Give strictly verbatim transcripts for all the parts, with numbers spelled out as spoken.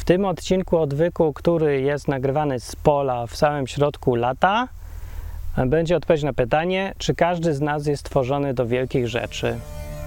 tym odcinku Odwyku, który jest nagrywany z pola w samym środku lata, będzie odpowiedź na pytanie, czy każdy z nas jest stworzony do wielkich rzeczy.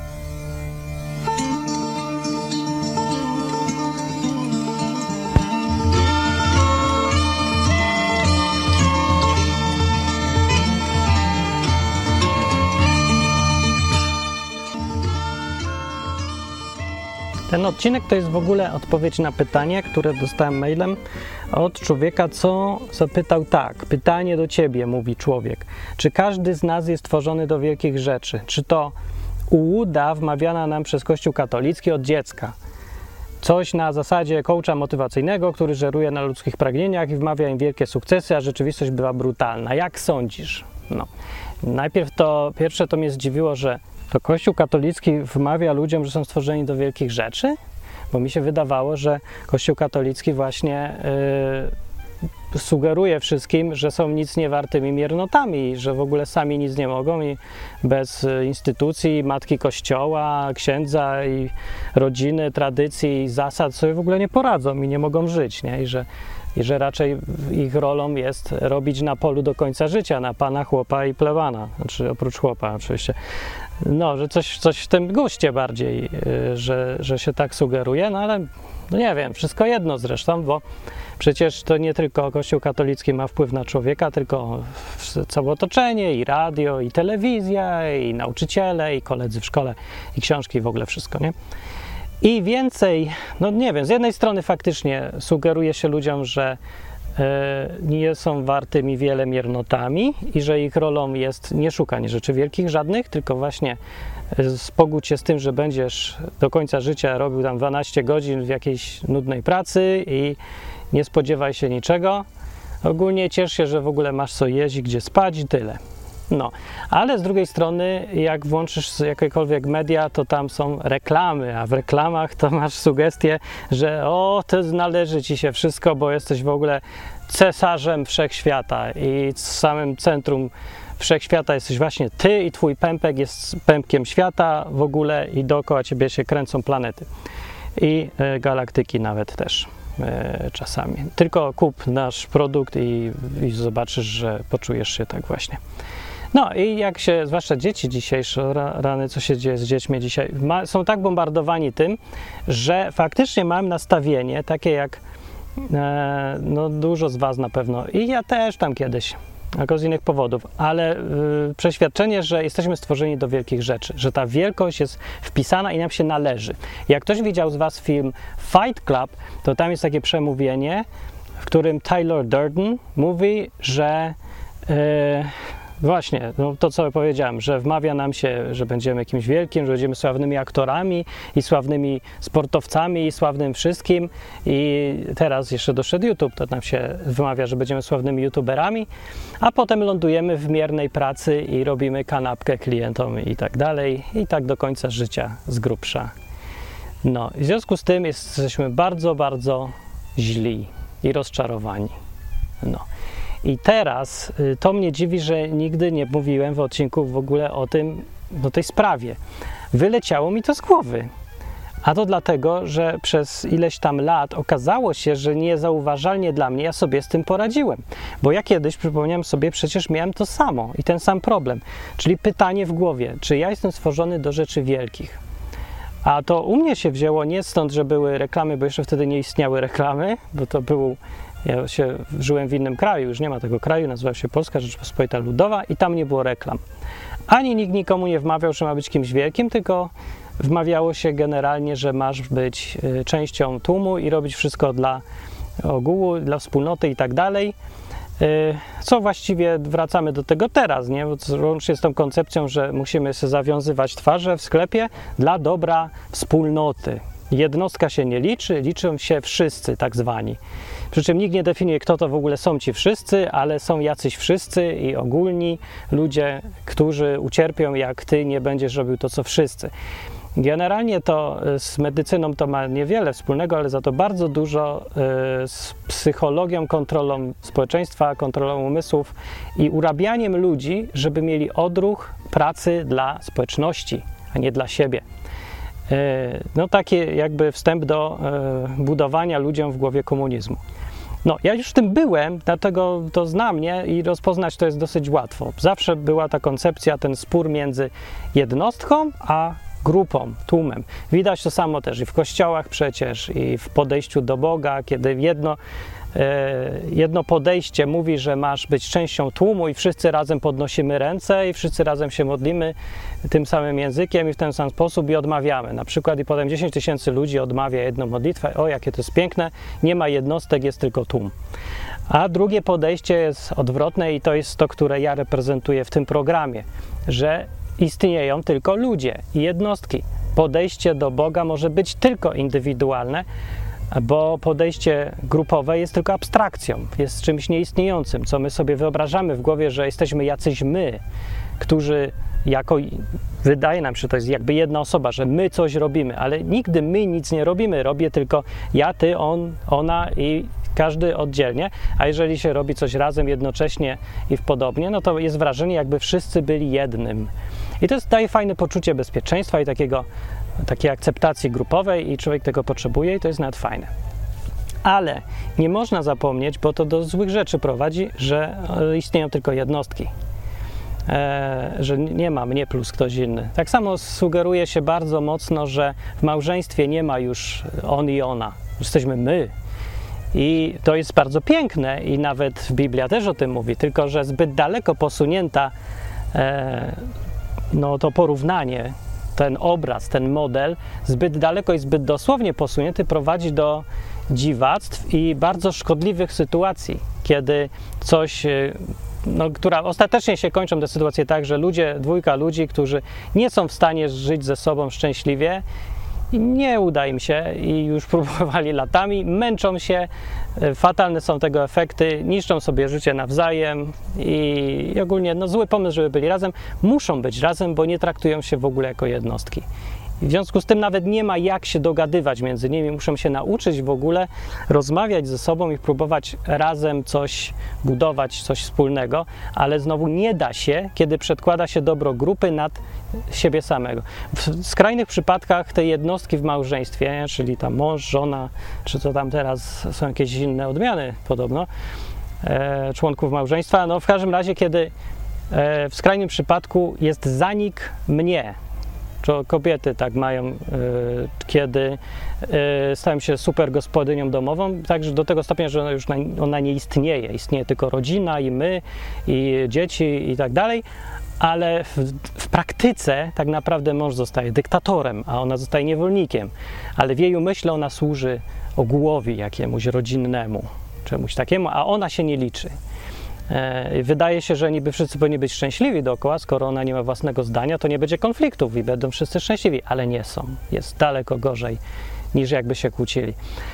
Ten odcinek to jest w ogóle odpowiedź na pytanie, które dostałem mailem od człowieka, co zapytał tak. Pytanie do ciebie, mówi człowiek. Czy każdy z nas jest stworzony do wielkich rzeczy? Czy to ułuda wmawiana nam przez Kościół katolicki od dziecka? Coś na zasadzie coacha motywacyjnego, który żeruje na ludzkich pragnieniach i wmawia im wielkie sukcesy, a rzeczywistość bywa brutalna. Jak sądzisz? No. Najpierw to, pierwsze to mnie zdziwiło, że to Kościół katolicki wmawia ludziom, że są stworzeni do wielkich rzeczy? Bo mi się wydawało, że Kościół katolicki właśnie yy, sugeruje wszystkim, że są nic niewartymi miernotami, że w ogóle sami nic nie mogą i bez instytucji, matki Kościoła, księdza i rodziny, tradycji i zasad sobie w ogóle nie poradzą i nie mogą żyć, nie? I że I że raczej ich rolą jest robić na polu do końca życia, na pana, chłopa i plebana, znaczy oprócz chłopa oczywiście. No, że coś, coś w tym guście bardziej, że, że się tak sugeruje, no ale no nie wiem, wszystko jedno zresztą, bo przecież to nie tylko Kościół katolicki ma wpływ na człowieka, tylko całe otoczenie, i radio, i telewizja, i nauczyciele, i koledzy w szkole, i książki, i w ogóle wszystko, nie? I więcej, no nie wiem, z jednej strony faktycznie sugeruje się ludziom, że e, nie są wartymi wiele miernotami i że ich rolą jest nie szukanie rzeczy wielkich żadnych, tylko właśnie e, spogódź się z tym, że będziesz do końca życia robił tam dwanaście godzin w jakiejś nudnej pracy i nie spodziewaj się niczego. Ogólnie ciesz się, że w ogóle masz co jeść i gdzie spać i tyle. No, ale z drugiej strony, jak włączysz jakiekolwiek media, to tam są reklamy, a w reklamach to masz sugestię, że o, to należy ci się wszystko, bo jesteś w ogóle cesarzem wszechświata i w samym centrum wszechświata jesteś właśnie ty i twój pępek jest pępkiem świata w ogóle i dookoła ciebie się kręcą planety i e, galaktyki nawet też e, czasami. Tylko kup nasz produkt i, i zobaczysz, że poczujesz się tak właśnie. No i jak się, zwłaszcza dzieci dzisiejsze, rany, co się dzieje z dziećmi dzisiaj, ma, są tak bombardowani tym, że faktycznie mam nastawienie, takie jak e, no dużo z was na pewno i ja też tam kiedyś, tylko z innych powodów, ale y, przeświadczenie, że jesteśmy stworzeni do wielkich rzeczy, że ta wielkość jest wpisana i nam się należy. Jak ktoś widział z was film Fight Club, to tam jest takie przemówienie, w którym Tyler Durden mówi, że y, Właśnie, no to co powiedziałem, że wmawia nam się, że będziemy kimś wielkim, że będziemy sławnymi aktorami i sławnymi sportowcami i sławnym wszystkim i teraz jeszcze doszedł YouTube, to nam się wymawia, że będziemy sławnymi youtuberami, a potem lądujemy w miernej pracy i robimy kanapkę klientom i tak dalej i tak do końca życia z grubsza. No, w związku z tym jesteśmy bardzo, bardzo źli i rozczarowani. No. I teraz y, to mnie dziwi, że nigdy nie mówiłem w odcinku w ogóle o tym, o tej sprawie. Wyleciało mi to z głowy. A to dlatego, że przez ileś tam lat okazało się, że niezauważalnie dla mnie ja sobie z tym poradziłem. Bo ja kiedyś, przypomniałem sobie, przecież miałem to samo i ten sam problem. Czyli pytanie w głowie, czy ja jestem stworzony do rzeczy wielkich? A to u mnie się wzięło nie stąd, że były reklamy, bo jeszcze wtedy nie istniały reklamy, bo to był... Ja się żyłem w innym kraju, już nie ma tego kraju, nazywał się Polska Rzeczpospolita Ludowa i tam nie było reklam. Ani nikt nikomu nie wmawiał, że ma być kimś wielkim, tylko wmawiało się generalnie, że masz być częścią tłumu i robić wszystko dla ogółu, dla wspólnoty i tak dalej. Co właściwie wracamy do tego teraz, nie? Bo łącznie z tą koncepcją, że musimy sobie zawiązywać twarze w sklepie dla dobra wspólnoty. Jednostka się nie liczy, liczą się wszyscy tak zwani. Przy czym nikt nie definiuje, kto to w ogóle są ci wszyscy, ale są jacyś wszyscy i ogólni ludzie, którzy ucierpią, jak ty nie będziesz robił to, co wszyscy. Generalnie to z medycyną to ma niewiele wspólnego, ale za to bardzo dużo z psychologią, kontrolą społeczeństwa, kontrolą umysłów i urabianiem ludzi, żeby mieli odruch pracy dla społeczności, a nie dla siebie. No takie jakby wstęp do budowania ludziom w głowie komunizmu. No, ja już w tym byłem, dlatego to znam, nie? I rozpoznać to jest dosyć łatwo. Zawsze była ta koncepcja, ten spór między jednostką a grupą, tłumem. Widać to samo też i w kościołach przecież, i w podejściu do Boga, kiedy jedno, e, jedno podejście mówi, że masz być częścią tłumu i wszyscy razem podnosimy ręce i wszyscy razem się modlimy tym samym językiem i w ten sam sposób i odmawiamy. Na przykład i potem dziesięć tysięcy ludzi odmawia jedną modlitwę. O, jakie to jest piękne, nie ma jednostek, jest tylko tłum. A drugie podejście jest odwrotne i to jest to, które ja reprezentuję w tym programie, że istnieją tylko ludzie i jednostki. Podejście do Boga może być tylko indywidualne, bo podejście grupowe jest tylko abstrakcją, jest czymś nieistniejącym, co my sobie wyobrażamy w głowie, że jesteśmy jacyś my, którzy jako, wydaje nam się, że to jest jakby jedna osoba, że my coś robimy, ale nigdy my nic nie robimy, robię tylko ja, ty, on, ona i każdy oddzielnie, a jeżeli się robi coś razem, jednocześnie i w podobnie, no to jest wrażenie, jakby wszyscy byli jednym. I to jest, daje fajne poczucie bezpieczeństwa i takiego, takiej akceptacji grupowej i człowiek tego potrzebuje i to jest nawet fajne. Ale nie można zapomnieć, bo to do złych rzeczy prowadzi, że istnieją tylko jednostki. E, że nie ma mnie plus ktoś inny. Tak samo sugeruje się bardzo mocno, że w małżeństwie nie ma już on i ona. Jesteśmy my. I to jest bardzo piękne i nawet Biblia też o tym mówi, tylko że zbyt daleko posunięta e, no to porównanie, ten obraz, ten model zbyt daleko i zbyt dosłownie posunięty prowadzi do dziwactw i bardzo szkodliwych sytuacji, kiedy coś, no, która ostatecznie się kończą te sytuacje tak, że ludzie, dwójka ludzi, którzy nie są w stanie żyć ze sobą szczęśliwie, i nie uda im się i już próbowali latami, męczą się, fatalne są tego efekty, niszczą sobie życie nawzajem i ogólnie no, zły pomysł, żeby byli razem. Muszą być razem, bo nie traktują się w ogóle jako jednostki. I w związku z tym nawet nie ma jak się dogadywać między nimi, muszą się nauczyć w ogóle rozmawiać ze sobą i próbować razem coś budować, coś wspólnego, ale znowu nie da się, kiedy przedkłada się dobro grupy nad siebie samego. W skrajnych przypadkach te jednostki w małżeństwie, czyli tam mąż, żona, czy co tam teraz są jakieś inne odmiany podobno, e, członków małżeństwa, no w każdym razie, kiedy e, w skrajnym przypadku jest zanik mnie, to kobiety tak mają, y, kiedy y, stają się super gospodynią domową, także do tego stopnia, że ona już na, ona nie istnieje. Istnieje tylko rodzina i my, i dzieci i tak dalej, ale w, w praktyce tak naprawdę mąż zostaje dyktatorem, a ona zostaje niewolnikiem, ale w jej umyśle ona służy ogółowi jakiemuś rodzinnemu, czemuś takiemu, a ona się nie liczy. Wydaje się, że niby wszyscy powinni być szczęśliwi dookoła, skoro ona nie ma własnego zdania, to nie będzie konfliktów i będą wszyscy szczęśliwi, ale nie są. Jest daleko gorzej niż jakby się kłócili.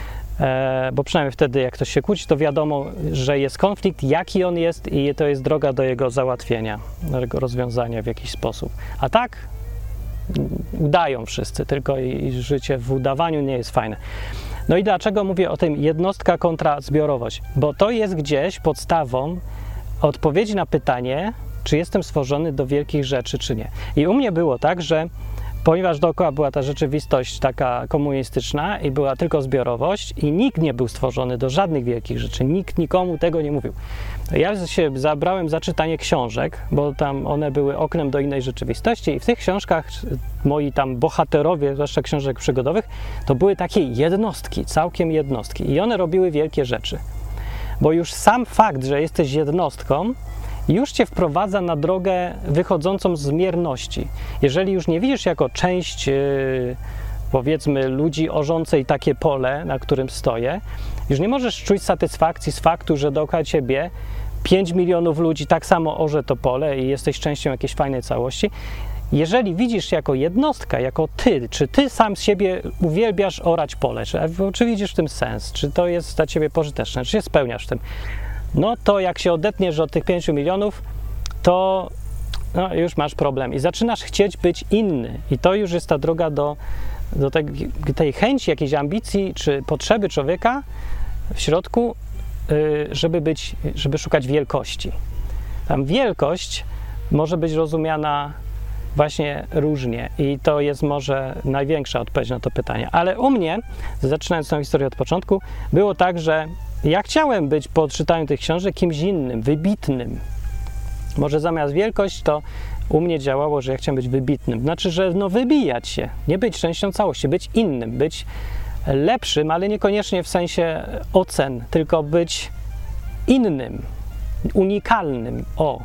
E, bo przynajmniej wtedy, jak ktoś się kłóci, to wiadomo, że jest konflikt, jaki on jest i to jest droga do jego załatwienia, do jego rozwiązania w jakiś sposób. A tak udają wszyscy, tylko i, i życie w udawaniu nie jest fajne. No i dlaczego mówię o tym jednostka kontra zbiorowość? Bo to jest gdzieś podstawą odpowiedzi na pytanie, czy jestem stworzony do wielkich rzeczy, czy nie. I u mnie było tak, że ponieważ dookoła była ta rzeczywistość taka komunistyczna i była tylko zbiorowość i nikt nie był stworzony do żadnych wielkich rzeczy, nikt nikomu tego nie mówił. Ja się zabrałem za czytanie książek, bo tam one były oknem do innej rzeczywistości i w tych książkach moi tam bohaterowie, zwłaszcza książek przygodowych, to były takie jednostki, całkiem jednostki i one robiły wielkie rzeczy. Bo już sam fakt, że jesteś jednostką, już cię wprowadza na drogę wychodzącą z mierności. Jeżeli już nie widzisz jako część, yy, powiedzmy, ludzi orzącej takie pole, na którym stoję, już nie możesz czuć satysfakcji z faktu, że dookoła ciebie pięć milionów ludzi tak samo orze to pole i jesteś częścią jakiejś fajnej całości. Jeżeli widzisz jako jednostka, jako ty, czy ty sam z siebie uwielbiasz orać pole, czy, czy widzisz w tym sens, czy to jest dla ciebie pożyteczne, czy się spełniasz w tym, no to jak się odetniesz od tych pięciu milionów, to no, już masz problem i zaczynasz chcieć być inny. I to już jest ta droga do, do tej, tej chęci, jakiejś ambicji czy potrzeby człowieka w środku, żeby być, żeby szukać wielkości. Tam wielkość może być rozumiana właśnie różnie i to jest może największa odpowiedź na to pytanie. Ale u mnie, zaczynając tą historię od początku, było tak, że ja chciałem być po czytaniu tych książek kimś innym, wybitnym. Może zamiast wielkość to u mnie działało, że ja chciałem być wybitnym. Znaczy, że no wybijać się, nie być częścią całości, być innym, być lepszym, ale niekoniecznie w sensie ocen, tylko być innym, unikalnym. O.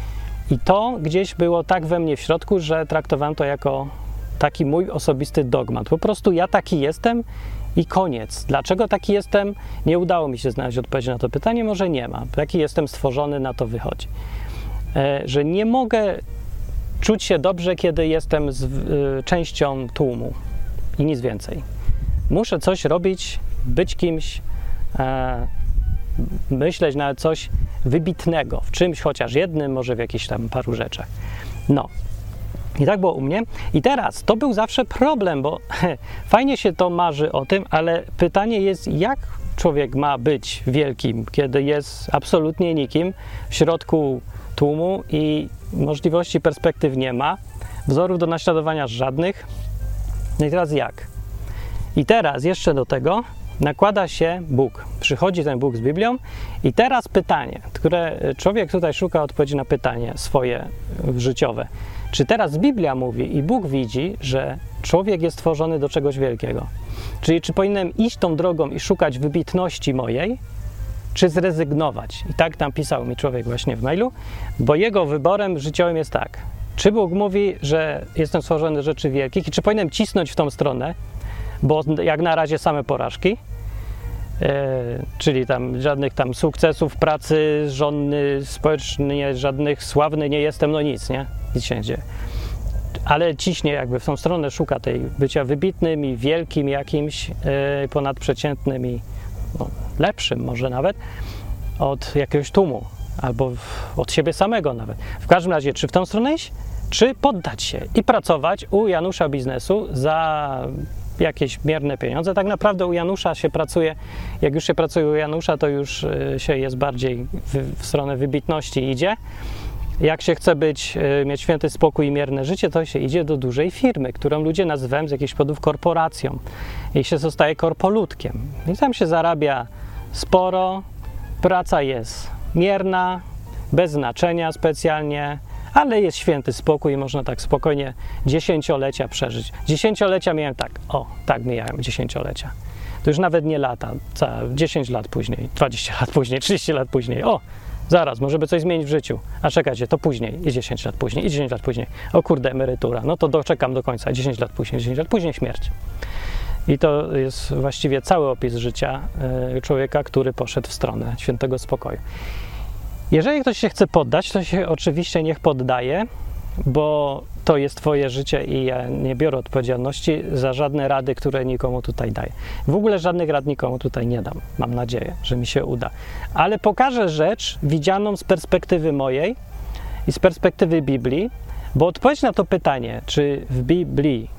I to gdzieś było tak we mnie w środku, że traktowałem to jako taki mój osobisty dogmat. Po prostu ja taki jestem i koniec. Dlaczego taki jestem? Nie udało mi się znaleźć odpowiedzi na to pytanie, może nie ma. Taki jestem stworzony, na to wychodzi. E, że nie mogę czuć się dobrze, kiedy jestem z, y, częścią tłumu i nic więcej. Muszę coś robić, być kimś, e, myśleć nawet coś wybitnego, w czymś chociaż jednym, może w jakichś tam paru rzeczach. No. I tak było u mnie. I teraz to był zawsze problem, bo fajnie się to marzy o tym, ale pytanie jest, jak człowiek ma być wielkim, kiedy jest absolutnie nikim w środku tłumu i możliwości perspektyw nie ma, wzorów do naśladowania żadnych. No i teraz jak? I teraz jeszcze do tego nakłada się Bóg. Przychodzi ten Bóg z Biblią i teraz pytanie, które człowiek tutaj szuka odpowiedzi na pytanie swoje życiowe. Czy teraz Biblia mówi i Bóg widzi, że człowiek jest stworzony do czegoś wielkiego? Czyli czy powinienem iść tą drogą i szukać wybitności mojej, czy zrezygnować? I tak tam pisał mi człowiek właśnie w mailu, bo jego wyborem życiowym jest tak. Czy Bóg mówi, że jestem stworzony do rzeczy wielkich i czy powinienem cisnąć w tą stronę, bo jak na razie same porażki, e, czyli tam żadnych tam sukcesów pracy, żonny, społecznie, żadnych sławny nie jestem, no nic, nie? Nic się nie dzieje. Ale ciśnie jakby w tą stronę, szuka tej bycia wybitnym i wielkim jakimś, e, ponadprzeciętnym i no, lepszym może nawet od jakiegoś tłumu, albo w, od siebie samego nawet. W każdym razie, czy w tą stronę iść, czy poddać się i pracować u Janusza biznesu za jakieś mierne pieniądze. Tak naprawdę u Janusza się pracuje, jak już się pracuje u Janusza, to już się jest bardziej w, w stronę wybitności idzie. Jak się chce być, mieć święty spokój i mierne życie, to się idzie do dużej firmy, którą ludzie nazywają z jakichś powodów korporacją. I się zostaje korpoludkiem. I tam się zarabia sporo, praca jest mierna, bez znaczenia specjalnie, ale jest święty spokój i można tak spokojnie dziesięciolecia przeżyć. Dziesięciolecia miałem tak, o, tak mijałem dziesięciolecia. To już nawet nie lata, dziesięć lat później, dwadzieścia lat później, trzydzieści lat później, o, zaraz, może by coś zmienić w życiu. A czekajcie, to później, i dziesięć lat później, i dziesięć lat później. O kurde, emerytura, no to doczekam do końca, dziesięć lat później, dziesięć lat później śmierć. I to jest właściwie cały opis życia y, człowieka, który poszedł w stronę świętego spokoju. Jeżeli ktoś się chce poddać, to się oczywiście niech poddaje, bo to jest twoje życie i ja nie biorę odpowiedzialności za żadne rady, które nikomu tutaj daję. W ogóle żadnych rad nikomu tutaj nie dam. Mam nadzieję, że mi się uda. Ale pokażę rzecz widzianą z perspektywy mojej i z perspektywy Biblii, bo odpowiedź na to pytanie, czy w Biblii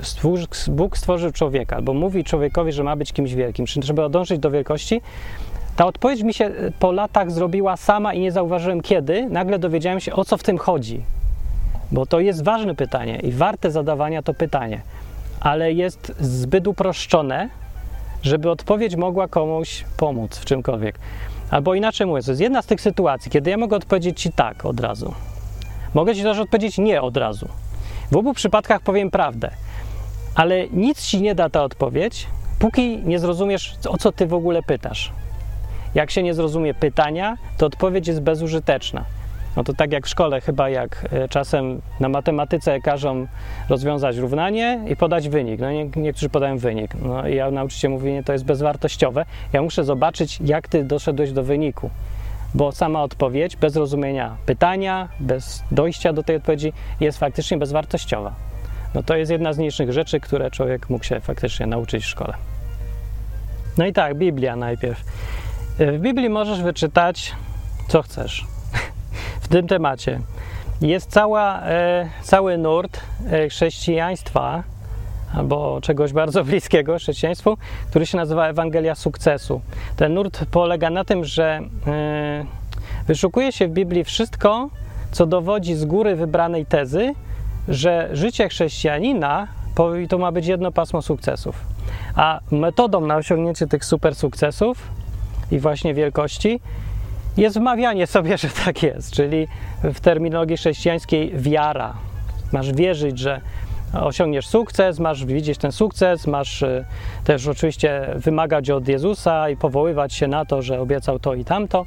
Bóg stworzył człowieka, albo mówi człowiekowi, że ma być kimś wielkim, czy trzeba dążyć do wielkości, ta odpowiedź mi się po latach zrobiła sama i nie zauważyłem kiedy. Nagle dowiedziałem się, o co w tym chodzi. Bo to jest ważne pytanie i warte zadawania to pytanie. Ale jest zbyt uproszczone, żeby odpowiedź mogła komuś pomóc w czymkolwiek. Albo inaczej mówiąc, to jest jedna z tych sytuacji, kiedy ja mogę odpowiedzieć ci tak od razu. Mogę ci też odpowiedzieć nie od razu. W obu przypadkach powiem prawdę. Ale nic ci nie da ta odpowiedź, póki nie zrozumiesz, o co ty w ogóle pytasz. Jak się nie zrozumie pytania, to odpowiedź jest bezużyteczna. No to tak jak w szkole, chyba jak czasem na matematyce każą rozwiązać równanie i podać wynik. No nie, niektórzy podają wynik. No i ja nauczyciel mówi, nie, to jest bezwartościowe. Ja muszę zobaczyć, jak ty doszedłeś do wyniku. Bo sama odpowiedź, bez rozumienia pytania, bez dojścia do tej odpowiedzi, jest faktycznie bezwartościowa. No to jest jedna z nielicznych rzeczy, które człowiek mógł się faktycznie nauczyć w szkole. No i tak, Biblia najpierw. W Biblii możesz wyczytać, co chcesz w tym temacie. Jest cała, e, cały nurt e, chrześcijaństwa, albo czegoś bardzo bliskiego chrześcijaństwu, który się nazywa Ewangelia Sukcesu. Ten nurt polega na tym, że e, wyszukuje się w Biblii wszystko, co dowodzi z góry wybranej tezy, że życie chrześcijanina to ma być jedno pasmo sukcesów. A metodą na osiągnięcie tych super sukcesów i właśnie wielkości jest wmawianie sobie, że tak jest, czyli w terminologii chrześcijańskiej wiara. Masz wierzyć, że osiągniesz sukces, masz widzieć ten sukces, masz też oczywiście wymagać od Jezusa i powoływać się na to, że obiecał to i tamto.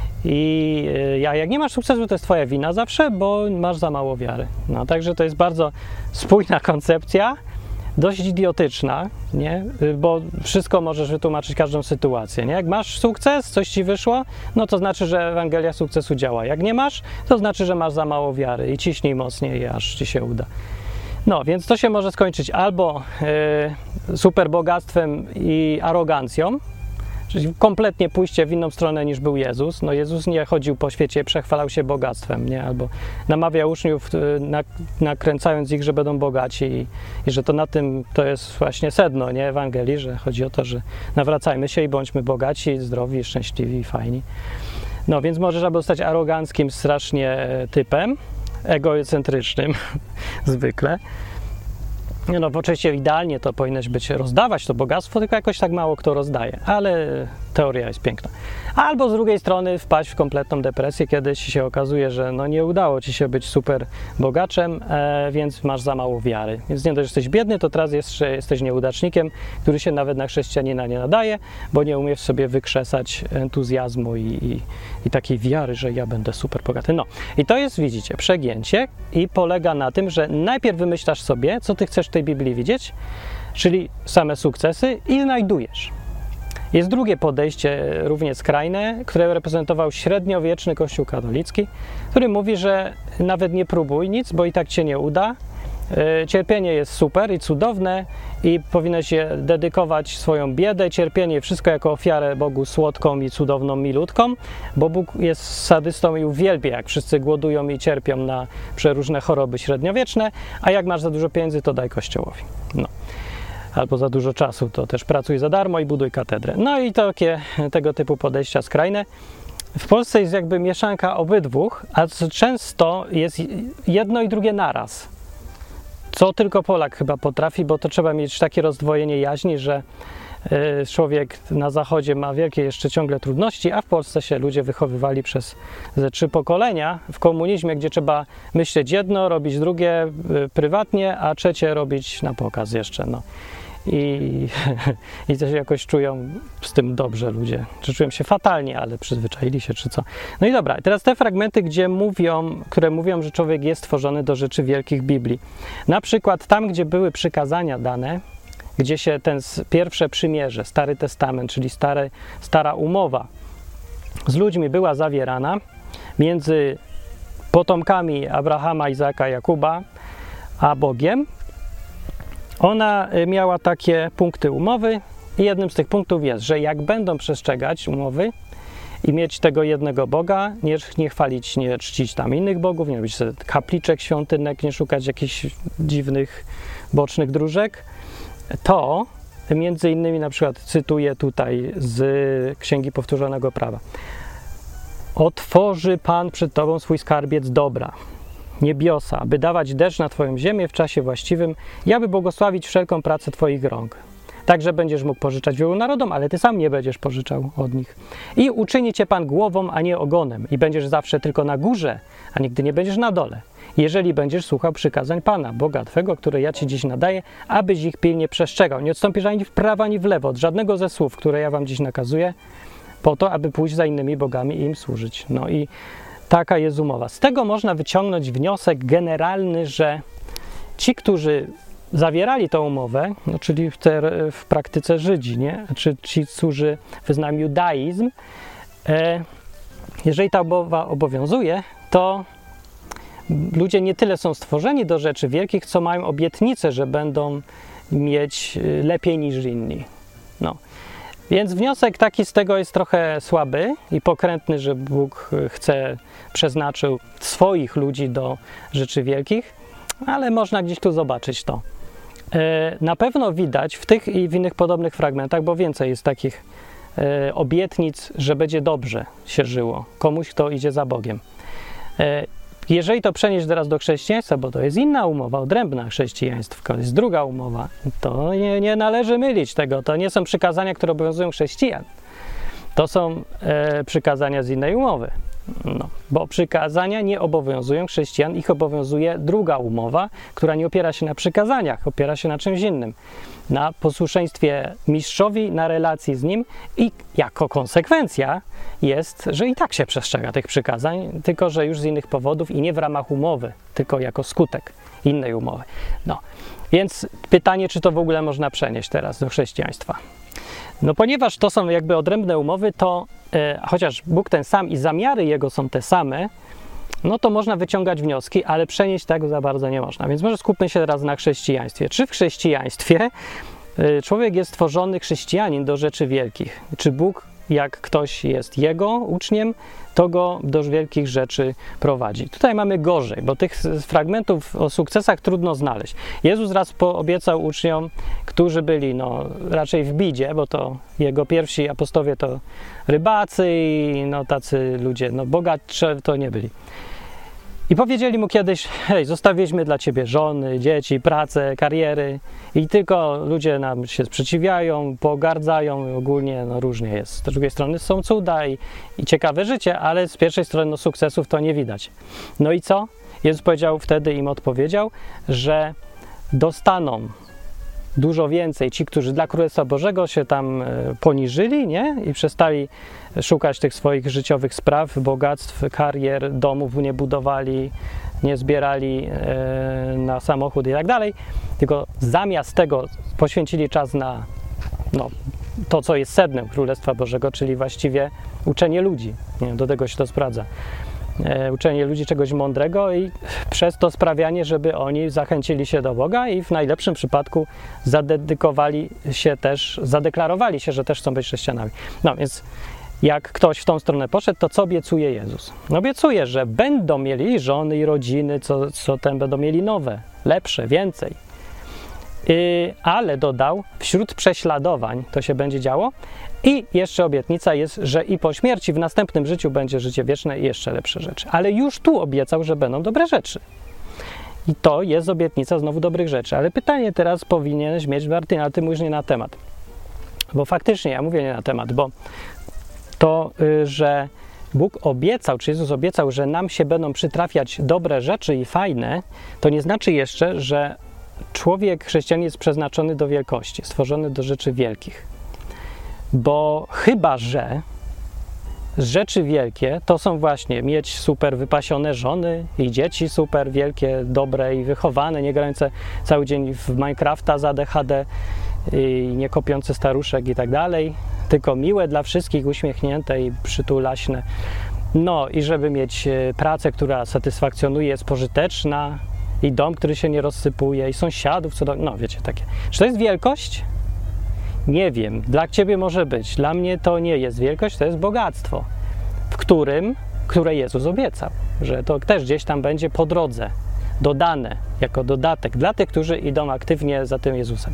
I a jak nie masz sukcesu, to jest twoja wina zawsze, bo masz za mało wiary. No, także to jest bardzo spójna koncepcja, dość idiotyczna, nie? Bo wszystko możesz wytłumaczyć każdą sytuację. Nie? Jak masz sukces, coś ci wyszło, no to znaczy, że Ewangelia sukcesu działa. Jak nie masz, to znaczy, że masz za mało wiary i ciśnij mocniej, aż ci się uda. No, więc to się może skończyć albo yy, super bogactwem i arogancją, czyli kompletnie pójście w inną stronę niż był Jezus. No Jezus nie chodził po świecie, przechwalał się bogactwem, nie? Albo namawiał uczniów, nakręcając ich, że będą bogaci i, i że to na tym to jest właśnie sedno, nie? Ewangelii, że chodzi o to, że nawracajmy się i bądźmy bogaci, zdrowi, szczęśliwi i fajni. No więc możesz albo zostać aroganckim strasznie typem, egocentrycznym zwykle. No, bo oczywiście idealnie to powinieneś być rozdawać to bogactwo, tylko jakoś tak mało kto rozdaje, ale teoria jest piękna. Albo z drugiej strony wpaść w kompletną depresję, kiedy ci się okazuje, że no nie udało ci się być super bogaczem, e, więc masz za mało wiary. Więc nie dość, że jesteś biedny, to teraz jeszcze jesteś nieudacznikiem, który się nawet na chrześcijanina nie nadaje, bo nie umiesz sobie wykrzesać entuzjazmu i, i, i takiej wiary, że ja będę super bogaty. No i to jest, widzicie, przegięcie i polega na tym, że najpierw wymyślasz sobie, co ty chcesz w tej Biblii widzieć, czyli same sukcesy i znajdujesz. Jest drugie podejście, równie skrajne, które reprezentował średniowieczny Kościół katolicki, który mówi, że nawet nie próbuj nic, bo i tak cię nie uda. Cierpienie jest super i cudowne i powinieneś się dedykować swoją biedę, cierpienie, wszystko jako ofiarę Bogu słodką i cudowną, milutką, bo Bóg jest sadystą i uwielbia, jak wszyscy głodują i cierpią na przeróżne choroby średniowieczne, a jak masz za dużo pieniędzy, to daj Kościołowi. No. Albo za dużo czasu, to też pracuj za darmo i buduj katedrę. No i takie tego typu podejścia skrajne. W Polsce jest jakby mieszanka obydwóch, a często jest jedno i drugie naraz. Co tylko Polak chyba potrafi, bo to trzeba mieć takie rozdwojenie jaźni, że człowiek na zachodzie ma wielkie jeszcze ciągle trudności, a w Polsce się ludzie wychowywali przez ze trzy pokolenia w komunizmie, gdzie trzeba myśleć jedno, robić drugie prywatnie, a trzecie robić na pokaz jeszcze. No. I, i to się jakoś czują z tym dobrze ludzie. Czy czują się fatalnie, ale przyzwyczaili się, czy co. No i dobra, teraz te fragmenty, gdzie mówią, które mówią, że człowiek jest stworzony do rzeczy wielkich Biblii. Na przykład tam, gdzie były przykazania dane, gdzie się ten pierwsze przymierze, Stary Testament, czyli stare, stara umowa z ludźmi była zawierana między potomkami Abrahama, Izaka, Jakuba, a Bogiem. Ona miała takie punkty umowy i jednym z tych punktów jest, że jak będą przestrzegać umowy i mieć tego jednego Boga, nie, nie chwalić, nie czcić tam innych bogów, nie robić sobie kapliczek, świątynek, nie szukać jakichś dziwnych, bocznych dróżek, to między innymi na przykład cytuję tutaj z Księgi Powtórzonego Prawa. Otworzy Pan przed Tobą swój skarbiec dobra, niebiosa, by dawać deszcz na Twoją ziemię w czasie właściwym i aby błogosławić wszelką pracę Twoich rąk. Także będziesz mógł pożyczać wielu narodom, ale Ty sam nie będziesz pożyczał od nich. I uczyni Cię Pan głową, a nie ogonem i będziesz zawsze tylko na górze, a nigdy nie będziesz na dole. Jeżeli będziesz słuchał przykazań Pana, Boga Twego, które ja Ci dziś nadaję, abyś ich pilnie przestrzegał. Nie odstąpisz ani w prawo, ani w lewo od żadnego ze słów, które ja Wam dziś nakazuję, po to, aby pójść za innymi bogami i im służyć. No i taka jest umowa. Z tego można wyciągnąć wniosek generalny, że ci, którzy zawierali tą umowę, no, czyli w, te, w praktyce Żydzi, nie? Czy ci, którzy wyznają judaizm, e, jeżeli ta umowa obowiązuje, to ludzie nie tyle są stworzeni do rzeczy wielkich, co mają obietnicę, że będą mieć lepiej niż inni. No. Więc wniosek taki z tego jest trochę słaby i pokrętny, że Bóg chce, przeznaczył swoich ludzi do rzeczy wielkich, ale można gdzieś tu zobaczyć to. Na pewno widać w tych i w innych podobnych fragmentach, bo więcej jest takich obietnic, że będzie dobrze się żyło komuś, kto idzie za Bogiem. jeżeli to przenieść teraz do chrześcijaństwa, bo to jest inna umowa, odrębna chrześcijaństwo, to jest druga umowa, to nie, nie należy mylić tego. To nie są przykazania, które obowiązują chrześcijan. To są e, przykazania z innej umowy. No, bo przykazania nie obowiązują chrześcijan, ich obowiązuje druga umowa, która nie opiera się na przykazaniach, opiera się na czymś innym. Na posłuszeństwie mistrzowi, na relacji z nim i jako konsekwencja jest, że i tak się przestrzega tych przykazań, tylko że już z innych powodów i nie w ramach umowy, tylko jako skutek innej umowy. No, więc pytanie, czy to w ogóle można przenieść teraz do chrześcijaństwa. No ponieważ to są jakby odrębne umowy, to e, chociaż Bóg ten sam i zamiary Jego są te same, no to można wyciągać wnioski, ale przenieść tego za bardzo nie można. Więc może skupmy się teraz na chrześcijaństwie. Czy w chrześcijaństwie e, człowiek jest stworzony, chrześcijanin, do rzeczy wielkich? Czy Bóg, jak ktoś jest Jego uczniem, to go do wielkich rzeczy prowadzi? Tutaj mamy gorzej, bo tych fragmentów o sukcesach trudno znaleźć. Jezus raz poobiecał uczniom, którzy byli no, raczej w bidzie, bo to Jego pierwsi apostowie to rybacy i no, tacy ludzie, no bogatsze to nie byli. I powiedzieli mu kiedyś, hej, zostawiliśmy dla ciebie żony, dzieci, pracę, kariery i tylko ludzie nam się sprzeciwiają, pogardzają i ogólnie no, różnie jest. Z drugiej strony są cuda i, i ciekawe życie, ale z pierwszej strony no, sukcesów to nie widać. No i co? Jezus powiedział, wtedy im odpowiedział, że dostaną dużo więcej ci, którzy dla Królestwa Bożego się tam poniżyli, nie? I przestali szukać tych swoich życiowych spraw, bogactw, karier, domów nie budowali, nie zbierali e, na samochód i tak dalej, tylko zamiast tego poświęcili czas na no, to, co jest sednem Królestwa Bożego, czyli właściwie uczenie ludzi. Nie? Do tego się to sprawdza. E, uczenie ludzi czegoś mądrego i przez to sprawianie, żeby oni zachęcili się do Boga i w najlepszym przypadku zadedykowali się też, zadeklarowali się, że też chcą być chrześcijanami. No więc jak ktoś w tą stronę poszedł, to co obiecuje Jezus? No obiecuje, że będą mieli żony i rodziny, co, co ten będą mieli nowe, lepsze, więcej. Yy, ale dodał, wśród prześladowań to się będzie działo i jeszcze obietnica jest, że i po śmierci w następnym życiu będzie życie wieczne i jeszcze lepsze rzeczy. Ale już tu obiecał, że będą dobre rzeczy. I to jest obietnica znowu dobrych rzeczy. Ale pytanie teraz powinieneś mieć, Martin, ale ty mówisz nie na temat. Bo faktycznie, ja mówię nie na temat, bo to, yy, że Bóg obiecał, czy Jezus obiecał, że nam się będą przytrafiać dobre rzeczy i fajne, to nie znaczy jeszcze, że człowiek, chrześcijanin jest przeznaczony do wielkości, stworzony do rzeczy wielkich. Bo chyba, że rzeczy wielkie to są właśnie mieć super wypasione żony i dzieci super wielkie, dobre i wychowane, nie grające cały dzień w Minecrafta za A D H D i nie kopiące staruszek i tak dalej, tylko miłe dla wszystkich, uśmiechnięte i przytulaśne. No i żeby mieć pracę, która satysfakcjonuje, jest pożyteczna i dom, który się nie rozsypuje i sąsiadów, co do... no wiecie, takie. Czy to jest wielkość? Nie wiem. Dla ciebie może być. Dla mnie to nie jest wielkość, to jest bogactwo, w którym, które Jezus obiecał, że to też gdzieś tam będzie po drodze dodane, jako dodatek dla tych, którzy idą aktywnie za tym Jezusem.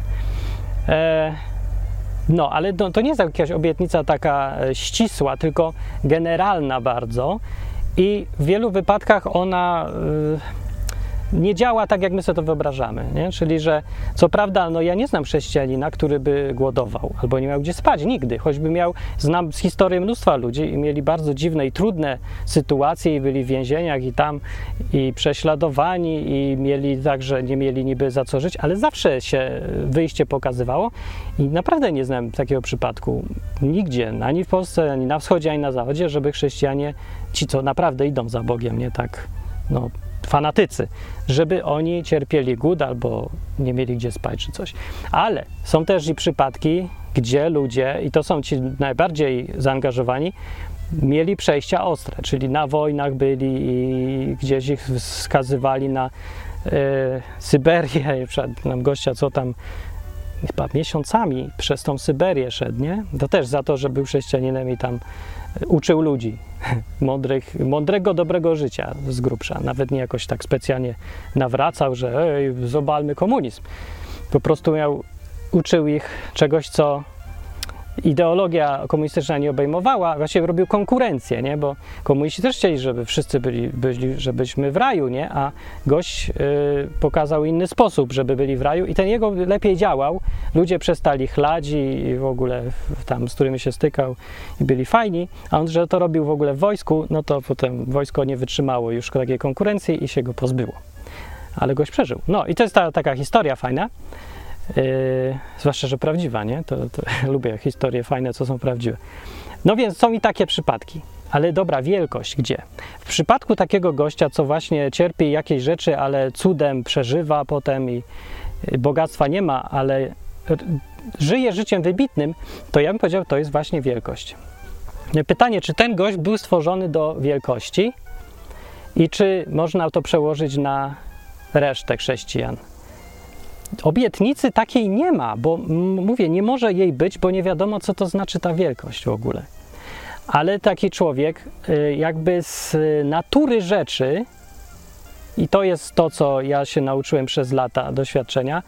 E, no, ale to, to nie jest jakaś obietnica taka ścisła, tylko generalna bardzo i w wielu wypadkach ona... Y, nie działa tak, jak my sobie to wyobrażamy, nie? Czyli, że co prawda, no ja nie znam chrześcijanina, który by głodował albo nie miał gdzie spać, nigdy, choćby miał, znam z historii mnóstwa ludzi i mieli bardzo dziwne i trudne sytuacje i byli w więzieniach i tam i prześladowani i mieli tak, że nie mieli niby za co żyć, ale zawsze się wyjście pokazywało i naprawdę nie znam takiego przypadku nigdzie, ani w Polsce, ani na wschodzie, ani na zachodzie, żeby chrześcijanie, ci co naprawdę idą za Bogiem, nie tak, no fanatycy, żeby oni cierpieli głód albo nie mieli gdzie spać czy coś. Ale są też i przypadki, gdzie ludzie, i to są ci najbardziej zaangażowani, mieli przejścia ostre, czyli na wojnach byli i gdzieś ich skazywali na y, Syberię, nam gościa, co tam chyba miesiącami przez tą Syberię szedł, nie? To też za to, że był chrześcijaninem i tam uczył ludzi mądrych, mądrego, dobrego życia z grubsza. Nawet nie jakoś tak specjalnie nawracał, że ej, zobalmy komunizm. Po prostu miał, uczył ich czegoś, co ideologia komunistyczna nie obejmowała, właściwie robił konkurencję, nie? Bo komuniści też chcieli, żeby wszyscy byli, byli żebyśmy w raju, nie? A gość y, pokazał inny sposób, żeby byli w raju i ten jego lepiej działał. Ludzie przestali chlać i, i w ogóle tam, z którymi się stykał i byli fajni, a on, że to robił w ogóle w wojsku, no to potem wojsko nie wytrzymało już takiej konkurencji i się go pozbyło. Ale gość przeżył. No i to jest ta, taka historia fajna. Yy, zwłaszcza, że prawdziwa, nie? To, to lubię historie fajne, co są prawdziwe. No więc są i takie przypadki. Ale dobra, wielkość gdzie? W przypadku takiego gościa, co właśnie cierpi jakieś rzeczy, ale cudem przeżywa potem i bogactwa nie ma, ale żyje życiem wybitnym, to ja bym powiedział, to jest właśnie wielkość. Pytanie, czy ten gość był stworzony do wielkości i czy można to przełożyć na resztę chrześcijan? Obietnicy takiej nie ma, bo mówię, nie może jej być, bo nie wiadomo, co to znaczy ta wielkość w ogóle. Ale taki człowiek jakby z natury rzeczy, i to jest to, co ja się nauczyłem przez lata doświadczenia,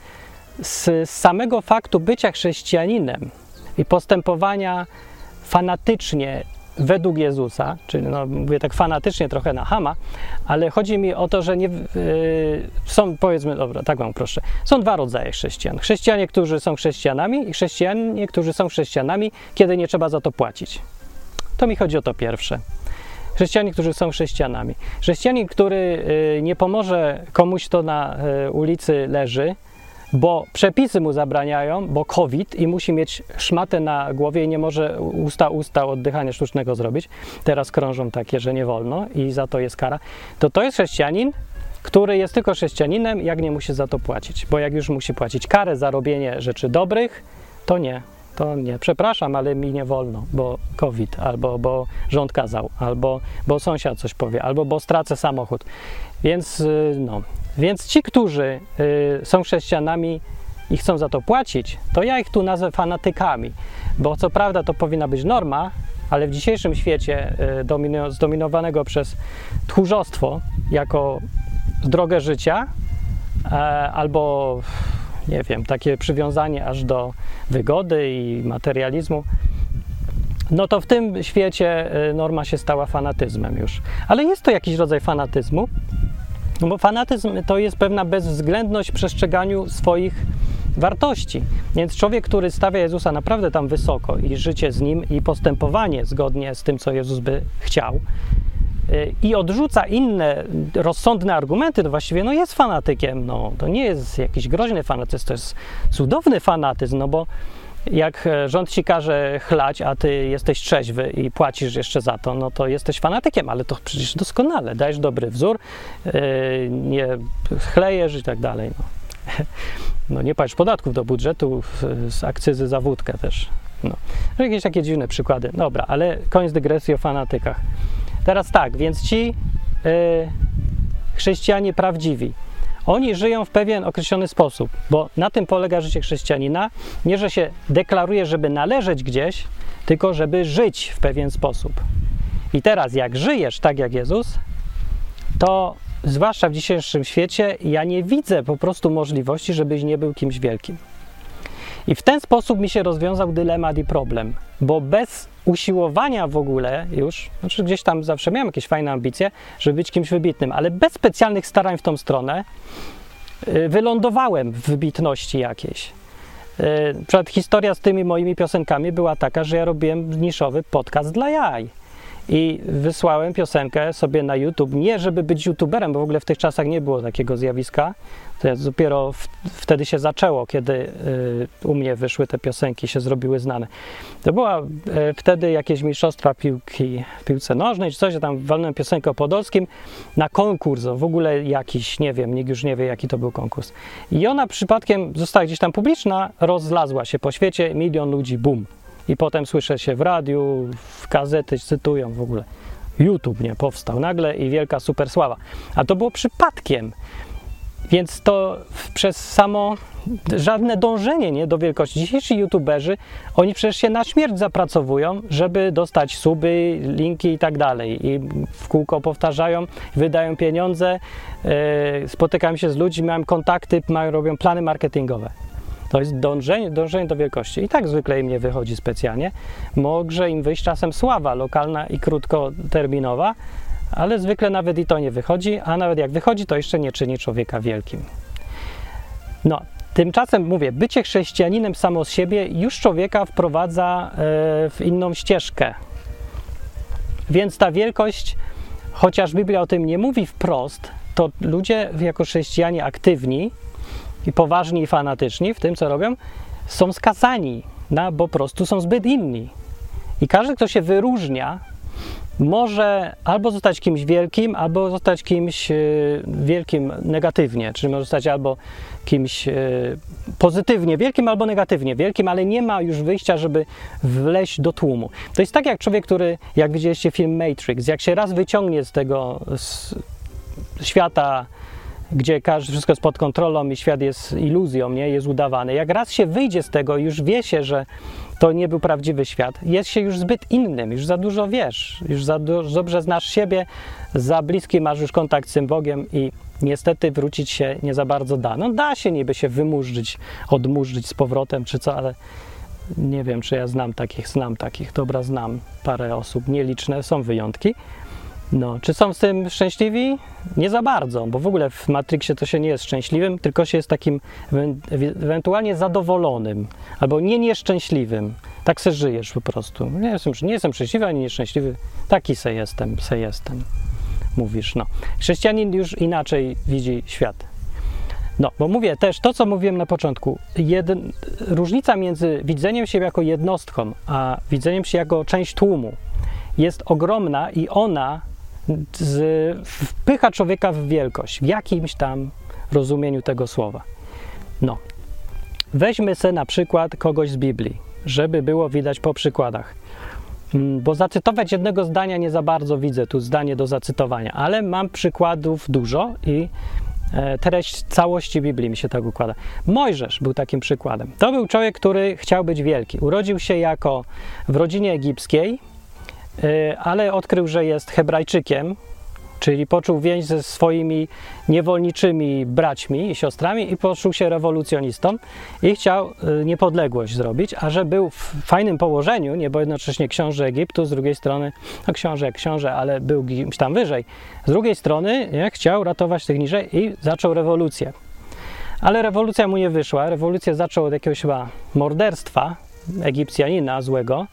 z samego faktu bycia chrześcijaninem i postępowania fanatycznie według Jezusa, czyli no, mówię tak fanatycznie trochę na chama, ale chodzi mi o to, że nie, yy, są, powiedzmy, dobra, tak wam proszę, są dwa rodzaje chrześcijan. Chrześcijanie, którzy są chrześcijanami i chrześcijanie, którzy są chrześcijanami, kiedy nie trzeba za to płacić. To mi chodzi o to pierwsze. Chrześcijanie, którzy są chrześcijanami. Chrześcijanin, który yy, nie pomoże komuś, kto na yy, ulicy leży, bo przepisy mu zabraniają, bo COVID i musi mieć szmatę na głowie i nie może usta usta oddychania sztucznego zrobić. Teraz krążą takie, że nie wolno i za to jest kara. To to jest chrześcijanin, który jest tylko chrześcijaninem, jak nie musi za to płacić. Bo jak już musi płacić karę za robienie rzeczy dobrych, to nie. To nie. Przepraszam, ale mi nie wolno, bo COVID, albo bo rząd kazał, albo bo sąsiad coś powie, albo bo stracę samochód. Więc no... Więc ci, którzy y, są chrześcijanami i chcą za to płacić, to ja ich tu nazwę fanatykami, bo co prawda to powinna być norma, ale w dzisiejszym świecie y, domino, zdominowanego przez tchórzostwo jako drogę życia e, albo, nie wiem, takie przywiązanie aż do wygody i materializmu, no to w tym świecie y, norma się stała fanatyzmem już. Ale jest to jakiś rodzaj fanatyzmu, no bo fanatyzm to jest pewna bezwzględność w przestrzeganiu swoich wartości. Więc człowiek, który stawia Jezusa naprawdę tam wysoko i życie z Nim i postępowanie zgodnie z tym, co Jezus by chciał i odrzuca inne rozsądne argumenty, to właściwie no jest fanatykiem. No, to nie jest jakiś groźny fanatyzm, to jest cudowny fanatyzm, no bo jak rząd ci każe chlać, a ty jesteś trzeźwy i płacisz jeszcze za to, no to jesteś fanatykiem, ale to przecież doskonale, dajesz dobry wzór, yy, nie chlejesz i tak dalej. No. No nie płacisz podatków do budżetu, z akcyzy za wódkę też. No. Jakieś takie dziwne przykłady. Dobra, ale koniec dygresji o fanatykach. Teraz tak, więc ci yy, chrześcijanie prawdziwi, oni żyją w pewien określony sposób, bo na tym polega życie chrześcijanina. Nie, że się deklaruje, żeby należeć gdzieś, tylko żeby żyć w pewien sposób. I teraz jak żyjesz tak jak Jezus, to zwłaszcza w dzisiejszym świecie ja nie widzę po prostu możliwości, żebyś nie był kimś wielkim. I w ten sposób mi się rozwiązał dylemat i problem, bo bez usiłowania w ogóle już, znaczy gdzieś tam zawsze miałem jakieś fajne ambicje, żeby być kimś wybitnym, ale bez specjalnych starań w tą stronę yy, wylądowałem w wybitności jakiejś. Yy, przed historia z tymi moimi piosenkami była taka, że ja robiłem niszowy podcast dla jaj. I wysłałem piosenkę sobie na YouTube, nie żeby być youtuberem, bo w ogóle w tych czasach nie było takiego zjawiska. To jest dopiero w, wtedy się zaczęło, kiedy y, u mnie wyszły te piosenki, się zrobiły znane. To była y, wtedy jakieś mistrzostwa piłki, piłce nożnej, czy coś, ja tam walnąłem piosenkę o Podolskim na konkurs, w ogóle jakiś, nie wiem, nikt już nie wie, jaki to był konkurs. I ona przypadkiem została gdzieś tam publiczna, rozlazła się po świecie, milion ludzi, bum. I potem słyszę się w radiu, w gazety cytują w ogóle. YouTube nie powstał nagle i wielka super sława. A to było przypadkiem. Więc to przez samo żadne dążenie nie, do wielkości. Dzisiejsi youtuberzy, oni przecież się na śmierć zapracowują, żeby dostać suby, linki i tak dalej. I w kółko powtarzają, wydają pieniądze, yy, spotykam się z ludźmi, mają kontakty, mają, robią plany marketingowe. To jest dążenie, dążenie do wielkości. I tak zwykle im nie wychodzi specjalnie. Może im wyjść czasem sława lokalna i krótkoterminowa, ale zwykle nawet i to nie wychodzi, a nawet jak wychodzi, to jeszcze nie czyni człowieka wielkim. No, tymczasem mówię, bycie chrześcijaninem samo z siebie już człowieka wprowadza e, w inną ścieżkę. Więc ta wielkość, chociaż Biblia o tym nie mówi wprost, to ludzie jako chrześcijanie aktywni i poważni i fanatyczni w tym, co robią, są skazani, na, bo po prostu są zbyt inni. I każdy, kto się wyróżnia, może albo zostać kimś wielkim, albo zostać kimś y, wielkim negatywnie, czyli może zostać albo kimś y, pozytywnie wielkim, albo negatywnie wielkim, ale nie ma już wyjścia, żeby wleźć do tłumu. To jest tak jak człowiek, który, jak widzieliście film Matrix, jak się raz wyciągnie z tego z świata, gdzie każdy, wszystko jest pod kontrolą i świat jest iluzją, nie? Jest udawany. Jak raz się wyjdzie z tego, już wie się, że to nie był prawdziwy świat, jest się już zbyt innym, już za dużo wiesz, już za du- dobrze znasz siebie, za bliski masz już kontakt z tym Bogiem i niestety wrócić się nie za bardzo da. No da się niby się wymurzyć, odmurzyć z powrotem czy co, ale nie wiem, czy ja znam takich, znam takich, dobra, znam parę osób, nieliczne, są wyjątki. No, czy są z tym szczęśliwi? Nie za bardzo, bo w ogóle w Matrixie to się nie jest szczęśliwym, tylko się jest takim ewentualnie zadowolonym, albo nie nieszczęśliwym. Tak se żyjesz po prostu. Nie jestem, nie jestem szczęśliwy, ani nieszczęśliwy. Taki se jestem, se jestem. Mówisz, no. Chrześcijanin już inaczej widzi świat. No, bo mówię też to, co mówiłem na początku. Jeden, różnica między widzeniem siebie jako jednostką, a widzeniem się jako część tłumu jest ogromna i ona z, wpycha człowieka w wielkość, w jakimś tam rozumieniu tego słowa. No, weźmy se na przykład kogoś z Biblii, żeby było widać po przykładach. Bo zacytować jednego zdania nie za bardzo widzę tu zdanie do zacytowania, ale mam przykładów dużo i treść całości Biblii mi się tak układa. Mojżesz był takim przykładem. To był człowiek, który chciał być wielki. Urodził się jako w rodzinie egipskiej, ale odkrył, że jest Hebrajczykiem, czyli poczuł więź ze swoimi niewolniczymi braćmi i siostrami i poczuł się rewolucjonistą i chciał niepodległość zrobić, a że był w fajnym położeniu, nie, bo jednocześnie książę Egiptu, z drugiej strony, no książę jak książę, ale był gdzieś tam wyżej, z drugiej strony nie, chciał ratować tych niżej i zaczął rewolucję. Ale rewolucja mu nie wyszła, rewolucję zaczął od jakiegoś chyba morderstwa Egipcjanina złego,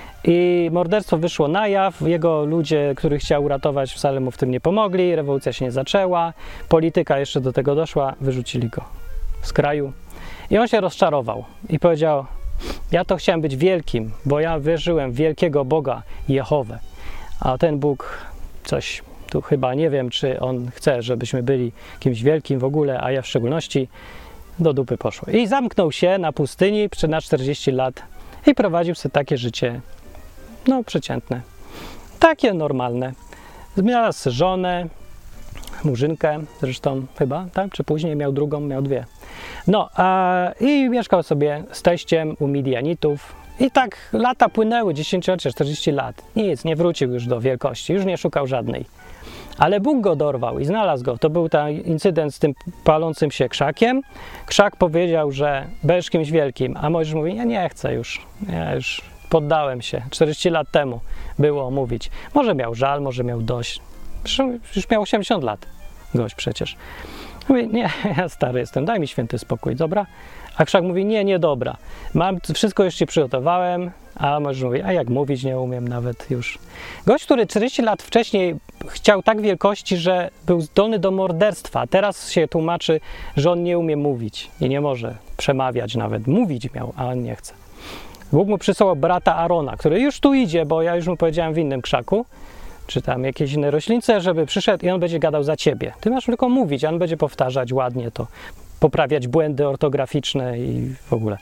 i morderstwo wyszło na jaw, jego ludzie, których chciał uratować, wcale mu w tym nie pomogli, rewolucja się nie zaczęła, polityka jeszcze do tego doszła, wyrzucili go z kraju. I on się rozczarował i powiedział, ja to chciałem być wielkim, bo ja wierzyłem w wielkiego Boga, Jehowę. A ten Bóg coś tu chyba, nie wiem, czy on chce, żebyśmy byli kimś wielkim w ogóle, a ja w szczególności, do dupy poszło. I zamknął się na pustyni na czterdzieści lat i prowadził sobie takie życie, no, przeciętne. Takie normalne. Znalazł żonę, murzynkę, zresztą chyba, tak? Czy później miał drugą, miał dwie. No, a, i mieszkał sobie z teściem u Midianitów. I tak lata płynęły, dziesięciolecia, czterdzieści lat. Nic, nie wrócił już do wielkości, już nie szukał żadnej. Ale Bóg go dorwał i znalazł go. To był ten incydent z tym palącym się krzakiem. Krzak powiedział, że będziesz kimś wielkim, a Mojżesz mówi, ja nie chcę już, ja już poddałem się. czterdzieści lat temu było mówić. Może miał żal, może miał dość. Zresztą już miał osiemdziesiąt lat. Gość przecież. Mówi, nie, ja stary jestem, daj mi święty spokój, dobra? A krzak mówi, nie, nie, dobra. Mam, wszystko już ci przygotowałem, a może mówi, a jak mówić nie umiem nawet już. Gość, który czterdzieści lat wcześniej chciał tak wielkości, że był zdolny do morderstwa, a teraz się tłumaczy, że on nie umie mówić i nie może przemawiać nawet. Mówić miał, a on nie chce. Bóg mu przysłał brata Arona, który już tu idzie, bo ja już mu powiedziałem w innym krzaku, czy tam jakieś inne roślince, żeby przyszedł i on będzie gadał za ciebie. Ty masz tylko mówić, a on będzie powtarzać ładnie to, poprawiać błędy ortograficzne i w ogóle.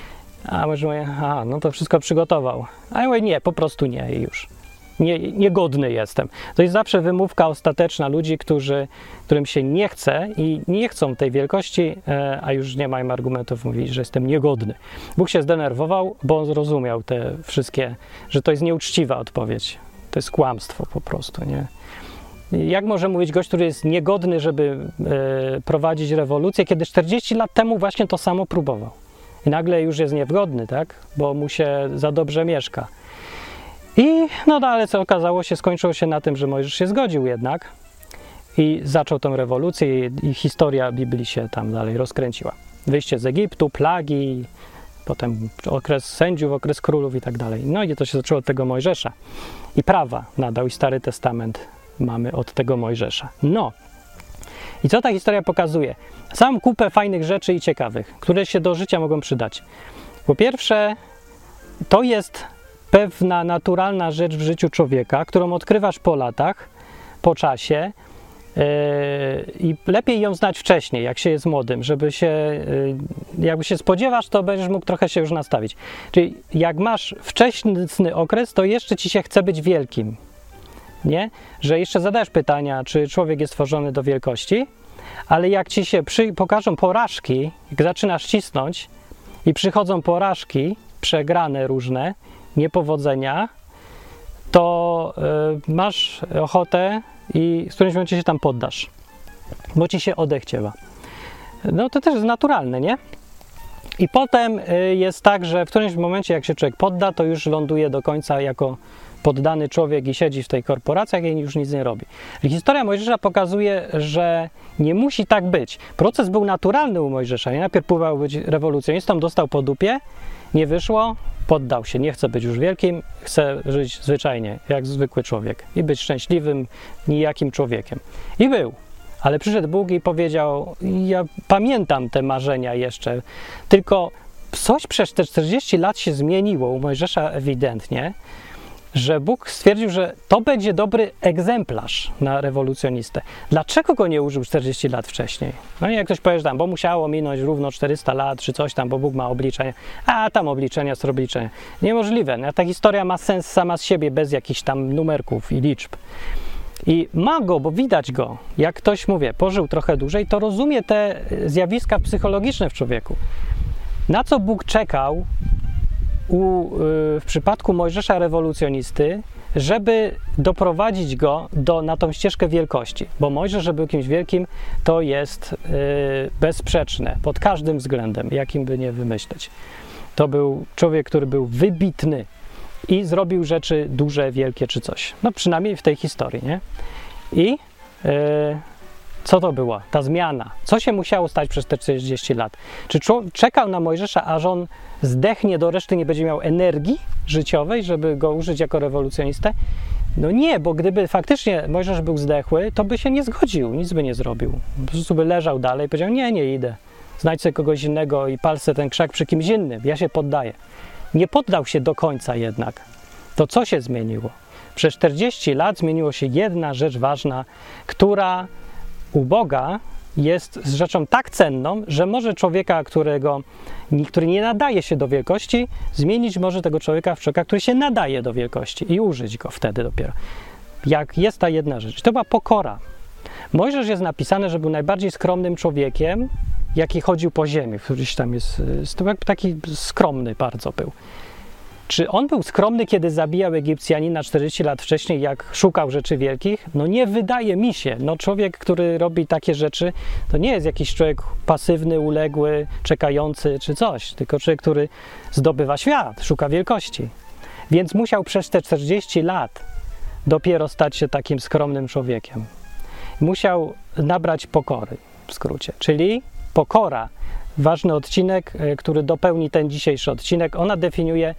A może mówię, aha, no to wszystko przygotował. A ja mówię, nie, po prostu nie i już. Nie, niegodny jestem. To jest zawsze wymówka ostateczna ludzi, którzy, którym się nie chce i nie chcą tej wielkości, a już nie mają argumentów mówić, że jestem niegodny. Bóg się zdenerwował, bo on zrozumiał te wszystkie, że to jest nieuczciwa odpowiedź. To jest kłamstwo po prostu, nie? Jak może mówić gość, który jest niegodny, żeby e, prowadzić rewolucję, kiedy czterdzieści lat temu właśnie to samo próbował? I nagle już jest niewygodny, tak? Bo mu się za dobrze mieszka. I no, no ale co okazało się, skończyło się na tym, że Mojżesz się zgodził jednak i zaczął tą rewolucję i, i historia Biblii się tam dalej rozkręciła. Wyjście z Egiptu, plagi, potem okres sędziów, okres królów i tak dalej. No i to się zaczęło od tego Mojżesza. I prawa nadał i Stary Testament mamy od tego Mojżesza. No. I co ta historia pokazuje? Sam kupę fajnych rzeczy i ciekawych, które się do życia mogą przydać. Po pierwsze, to jest pewna naturalna rzecz w życiu człowieka, którą odkrywasz po latach, po czasie yy, i lepiej ją znać wcześniej, jak się jest młodym, żeby się, yy, jakby się spodziewasz, to będziesz mógł trochę się już nastawić. Czyli jak masz wczesny okres, to jeszcze ci się chce być wielkim, nie? Że jeszcze zadajesz pytania, czy człowiek jest stworzony do wielkości, ale jak ci się przy, pokażą porażki, jak zaczynasz cisnąć i przychodzą porażki, przegrane różne, niepowodzenia, to y, masz ochotę i w którymś momencie się tam poddasz, bo ci się odechciewa. No to też jest naturalne, nie? I potem y, jest tak, że w którymś momencie, jak się człowiek podda, to już ląduje do końca jako poddany człowiek i siedzi w tej korporacji, i już nic nie robi. Historia Mojżesza pokazuje, że nie musi tak być. Proces był naturalny u Mojżesza. Najpierw próbował być rewolucjonistą, dostał po dupie, nie wyszło, poddał się, nie chce być już wielkim, chce żyć zwyczajnie, jak zwykły człowiek i być szczęśliwym, nijakim człowiekiem. I był. Ale przyszedł Bóg i powiedział, ja pamiętam te marzenia jeszcze, tylko coś przez te czterdzieści lat się zmieniło u Mojżesza ewidentnie, że Bóg stwierdził, że to będzie dobry egzemplarz na rewolucjonistę. Dlaczego go nie użył czterdzieści lat wcześniej? No i jak ktoś powie, że tam, bo musiało minąć równo czterysta lat, czy coś tam, bo Bóg ma obliczenia. A tam obliczenia, są obliczenia. Niemożliwe. No, ta historia ma sens sama z siebie, bez jakichś tam numerków i liczb. I ma go, bo widać go. Jak ktoś, mówię, pożył trochę dłużej, to rozumie te zjawiska psychologiczne w człowieku. Na co Bóg czekał U, w przypadku Mojżesza rewolucjonisty, żeby doprowadzić go do, na tą ścieżkę wielkości. Bo Mojżesz, żeby był kimś wielkim, to jest y, bezsprzeczne pod każdym względem, jakim by nie wymyśleć. To był człowiek, który był wybitny i zrobił rzeczy duże, wielkie czy coś. No przynajmniej w tej historii, nie? I y, co to była? Ta zmiana. Co się musiało stać przez te czterdzieści lat? Czy człowiek czekał na Mojżesza, aż on zdechnie do reszty, nie będzie miał energii życiowej, żeby go użyć jako rewolucjonistę? No nie, bo gdyby faktycznie Mojżesz był zdechły, to by się nie zgodził, nic by nie zrobił. Po prostu by leżał dalej i powiedział, nie, nie idę. Znajdź sobie kogoś innego i pal sobie ten krzak przy kimś innym. Ja się poddaję. Nie poddał się do końca jednak. To co się zmieniło? Przez czterdzieści lat zmieniło się jedna rzecz ważna, która u Boga jest rzeczą tak cenną, że może człowieka, którego, który nie nadaje się do wielkości, zmienić może tego człowieka w człowieka, który się nadaje do wielkości i użyć go wtedy dopiero. Jak jest ta jedna rzecz. To była pokora. Mojżesz jest napisane, że był najbardziej skromnym człowiekiem, jaki chodził po ziemi. Któryś tam jest, taki skromny bardzo był. Czy on był skromny, kiedy zabijał Egipcjanina czterdzieści lat wcześniej, jak szukał rzeczy wielkich? No nie wydaje mi się. No człowiek, który robi takie rzeczy, to nie jest jakiś człowiek pasywny, uległy, czekający czy coś, tylko człowiek, który zdobywa świat, szuka wielkości. Więc musiał przez te czterdzieści lat dopiero stać się takim skromnym człowiekiem. Musiał nabrać pokory, w skrócie, czyli pokora. Ważny odcinek, który dopełni ten dzisiejszy odcinek, ona definiuje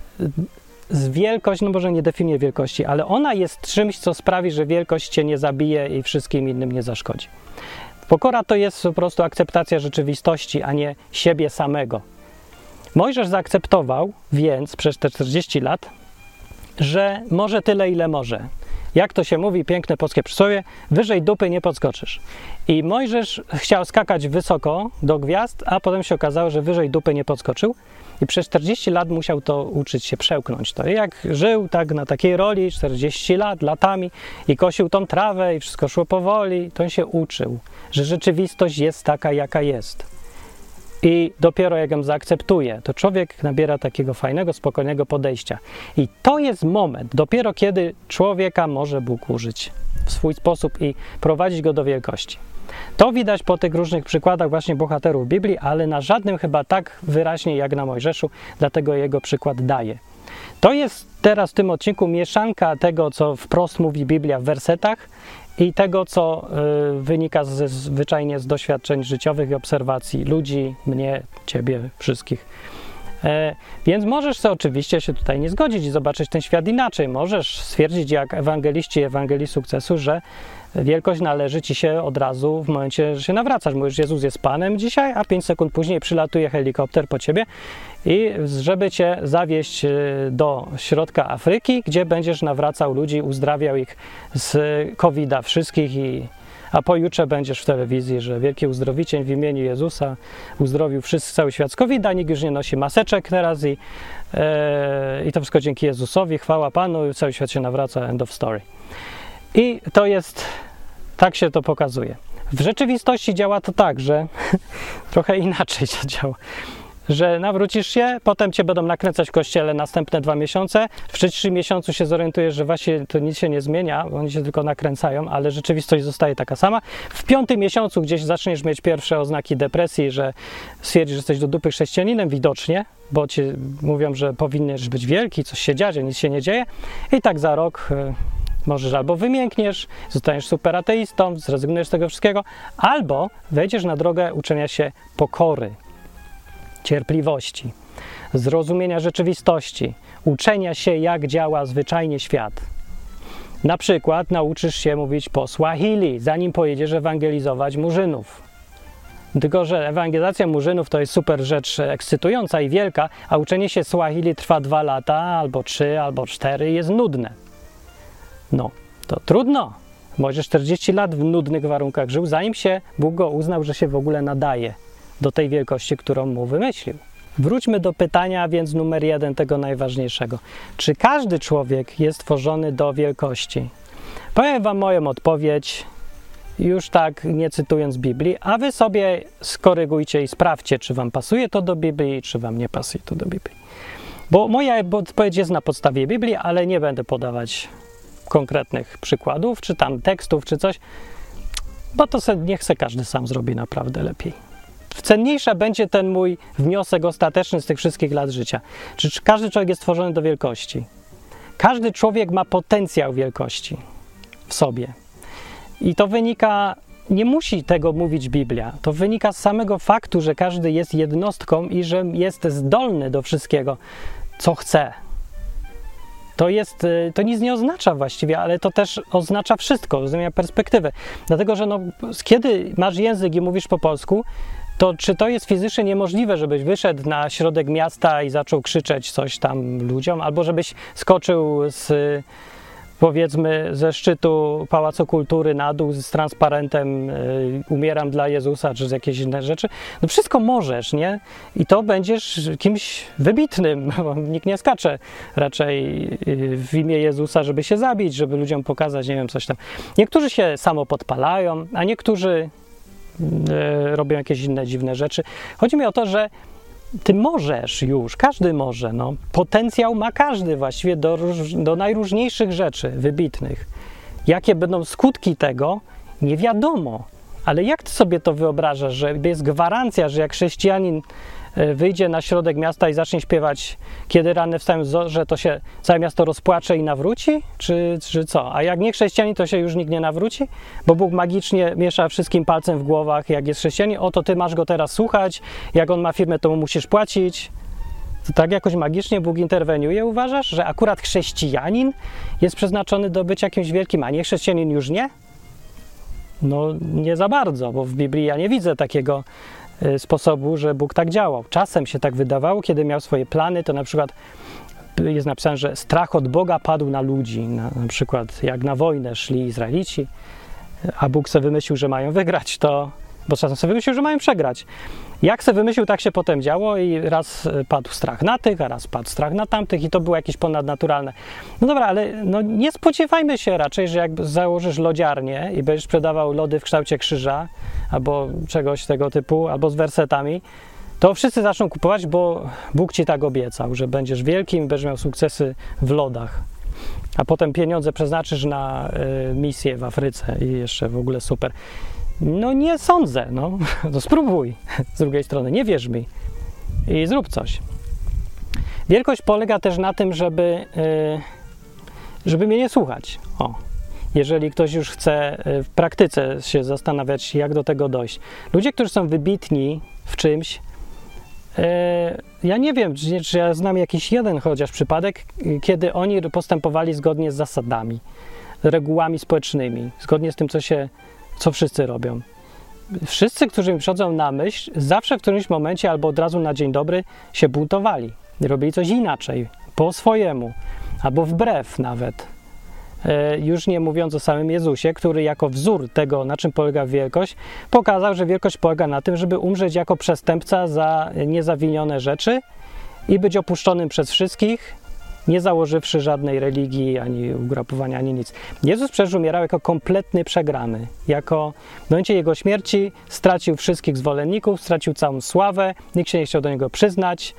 z wielkość, no może nie definiuje wielkości, ale ona jest czymś, co sprawi, że wielkość cię nie zabije i wszystkim innym nie zaszkodzi. Pokora to jest po prostu akceptacja rzeczywistości, a nie siebie samego. Mojżesz zaakceptował więc przez te czterdzieści lat, że może tyle, ile może. Jak to się mówi, piękne polskie przysłowie, wyżej dupy nie podskoczysz. I Mojżesz chciał skakać wysoko do gwiazd, a potem się okazało, że wyżej dupy nie podskoczył. I przez czterdzieści lat musiał to uczyć się, przełknąć to. I jak żył tak na takiej roli czterdzieści lat, latami i kosił tą trawę i wszystko szło powoli, to on się uczył, że rzeczywistość jest taka, jaka jest. I dopiero jak ją zaakceptuje, to człowiek nabiera takiego fajnego, spokojnego podejścia. I to jest moment, dopiero kiedy człowieka może Bóg użyć w swój sposób i prowadzić go do wielkości. To widać po tych różnych przykładach właśnie bohaterów Biblii, ale na żadnym chyba tak wyraźnie jak na Mojżeszu, dlatego jego przykład daje. To jest teraz w tym odcinku mieszanka tego, co wprost mówi Biblia w wersetach i tego, co y, wynika ze, zwyczajnie z doświadczeń życiowych i obserwacji ludzi, mnie, ciebie, wszystkich. E, więc możesz sobie oczywiście się tutaj nie zgodzić i zobaczyć ten świat inaczej. Możesz stwierdzić, jak ewangeliści i ewangelii sukcesu, że wielkość należy ci się od razu w momencie, że się nawracasz. Mówisz, Jezus jest Panem dzisiaj, a pięć sekund później przylatuje helikopter po ciebie i żeby cię zawieźć do środka Afryki, gdzie będziesz nawracał ludzi, uzdrawiał ich z kowida wszystkich, i, a pojutrze będziesz w telewizji, że wielki uzdrowiciel w imieniu Jezusa uzdrowił wszyscy, cały świat z kowida, nikt już nie nosi maseczek teraz i, e, i to wszystko dzięki Jezusowi, chwała Panu, cały świat się nawraca, end of story. I to jest, tak się to pokazuje. W rzeczywistości działa to tak, że trochę inaczej to działa, że nawrócisz się, potem cię będą nakręcać w kościele następne dwa miesiące, w trzecim miesiącu się zorientujesz, że właśnie to nic się nie zmienia, oni się tylko nakręcają, ale rzeczywistość zostaje taka sama. W piątym miesiącu gdzieś zaczniesz mieć pierwsze oznaki depresji, że stwierdzisz, że jesteś do dupy chrześcijaninem widocznie, bo ci mówią, że powinieneś być wielki, coś się dziać, a nic się nie dzieje, i tak za rok możesz albo wymiękniesz, zostaniesz super ateistą, zrezygnujesz z tego wszystkiego, albo wejdziesz na drogę uczenia się pokory, cierpliwości, zrozumienia rzeczywistości, uczenia się, jak działa zwyczajnie świat. Na przykład nauczysz się mówić po Swahili, zanim pojedziesz ewangelizować Murzynów. Tylko że ewangelizacja Murzynów to jest super rzecz ekscytująca i wielka, a uczenie się Swahili trwa dwa lata, albo trzy, albo cztery i jest nudne. No, to trudno. Może czterdzieści lat w nudnych warunkach żył, zanim się Bóg go uznał, że się w ogóle nadaje do tej wielkości, którą mu wymyślił. Wróćmy do pytania więc numer jeden, tego najważniejszego. Czy każdy człowiek jest stworzony do wielkości? Powiem wam moją odpowiedź, już tak nie cytując Biblii, a wy sobie skorygujcie i sprawdźcie, czy wam pasuje to do Biblii, czy wam nie pasuje to do Biblii. Bo moja odpowiedź jest na podstawie Biblii, ale nie będę podawać konkretnych przykładów, czy tam tekstów, czy coś, bo to se, niech se każdy sam zrobi naprawdę lepiej. Cenniejszy będzie ten mój wniosek ostateczny z tych wszystkich lat życia. Czy, czy każdy człowiek jest stworzony do wielkości? Każdy człowiek ma potencjał wielkości w sobie. I to wynika, nie musi tego mówić Biblia, to wynika z samego faktu, że każdy jest jednostką i że jest zdolny do wszystkiego, co chce. To jest, to nic nie oznacza właściwie, ale to też oznacza wszystko, zmienia perspektywę. Dlatego, że no, kiedy masz język i mówisz po polsku, to czy to jest fizycznie niemożliwe, żebyś wyszedł na środek miasta i zaczął krzyczeć coś tam ludziom, albo żebyś skoczył z, powiedzmy, ze szczytu Pałacu Kultury na dół z transparentem y, umieram dla Jezusa, czy z jakieś inne rzeczy. No wszystko możesz, nie? I to będziesz kimś wybitnym, bo nikt nie skacze raczej y, w imię Jezusa, żeby się zabić, żeby ludziom pokazać, nie wiem, coś tam. Niektórzy się samo podpalają, a niektórzy y, robią jakieś inne dziwne rzeczy. Chodzi mi o to, że ty możesz już, każdy może, no. Potencjał ma każdy właściwie do, do najróżniejszych rzeczy wybitnych. Jakie będą skutki tego, nie wiadomo. Ale jak ty sobie to wyobrażasz, że jest gwarancja, że jak chrześcijanin wyjdzie na środek miasta i zacznie śpiewać Kiedy rany wstają z zorze, to się całe miasto rozpłacze i nawróci? Czy, czy co? A jak nie chrześcijanin, to się już nikt nie nawróci? Bo Bóg magicznie miesza wszystkim palcem w głowach, jak jest chrześcijanin, o to ty masz go teraz słuchać, jak on ma firmę, to mu musisz płacić. To tak jakoś magicznie Bóg interweniuje, uważasz? Że akurat chrześcijanin jest przeznaczony do bycia jakimś wielkim, a nie chrześcijanin już nie? No nie za bardzo, bo w Biblii ja nie widzę takiego sposobu, że Bóg tak działał. Czasem się tak wydawało, kiedy miał swoje plany, to na przykład jest napisane, że strach od Boga padł na ludzi. Na, na przykład jak na wojnę szli Izraelici, a Bóg sobie wymyślił, że mają wygrać, to bo czasem sobie wymyślił, że mają przegrać. Jak sobie wymyślił, tak się potem działo i raz padł strach na tych, a raz padł strach na tamtych i to było jakieś ponadnaturalne. No dobra, ale no nie spodziewajmy się raczej, że jak założysz lodziarnię i będziesz sprzedawał lody w kształcie krzyża albo czegoś tego typu, albo z wersetami, to wszyscy zaczną kupować, bo Bóg ci tak obiecał, że będziesz wielkim i będziesz miał sukcesy w lodach. A potem pieniądze przeznaczysz na y, misję w Afryce i jeszcze w ogóle super. No nie sądzę, no. To spróbuj. Z drugiej strony, nie wierz mi i zrób coś. Wielkość polega też na tym, żeby, żeby mnie nie słuchać. O. Jeżeli ktoś już chce w praktyce się zastanawiać, jak do tego dojść. Ludzie, którzy są wybitni w czymś, ja nie wiem, czy, czy ja znam jakiś jeden chociaż przypadek, kiedy oni postępowali zgodnie z zasadami, z regułami społecznymi, zgodnie z tym, co się, co wszyscy robią. Wszyscy, którzy mi przychodzą na myśl, zawsze w którymś momencie albo od razu na dzień dobry się buntowali. Robili coś inaczej, po swojemu, albo wbrew nawet. Już nie mówiąc o samym Jezusie, który jako wzór tego, na czym polega wielkość, pokazał, że wielkość polega na tym, żeby umrzeć jako przestępca za niezawinione rzeczy i być opuszczonym przez wszystkich, nie założywszy żadnej religii, ani ugrupowania, ani nic. Jezus przecież umierał jako kompletny przegrany. Jako w momencie Jego śmierci stracił wszystkich zwolenników, stracił całą sławę, nikt się nie chciał do Niego przyznać.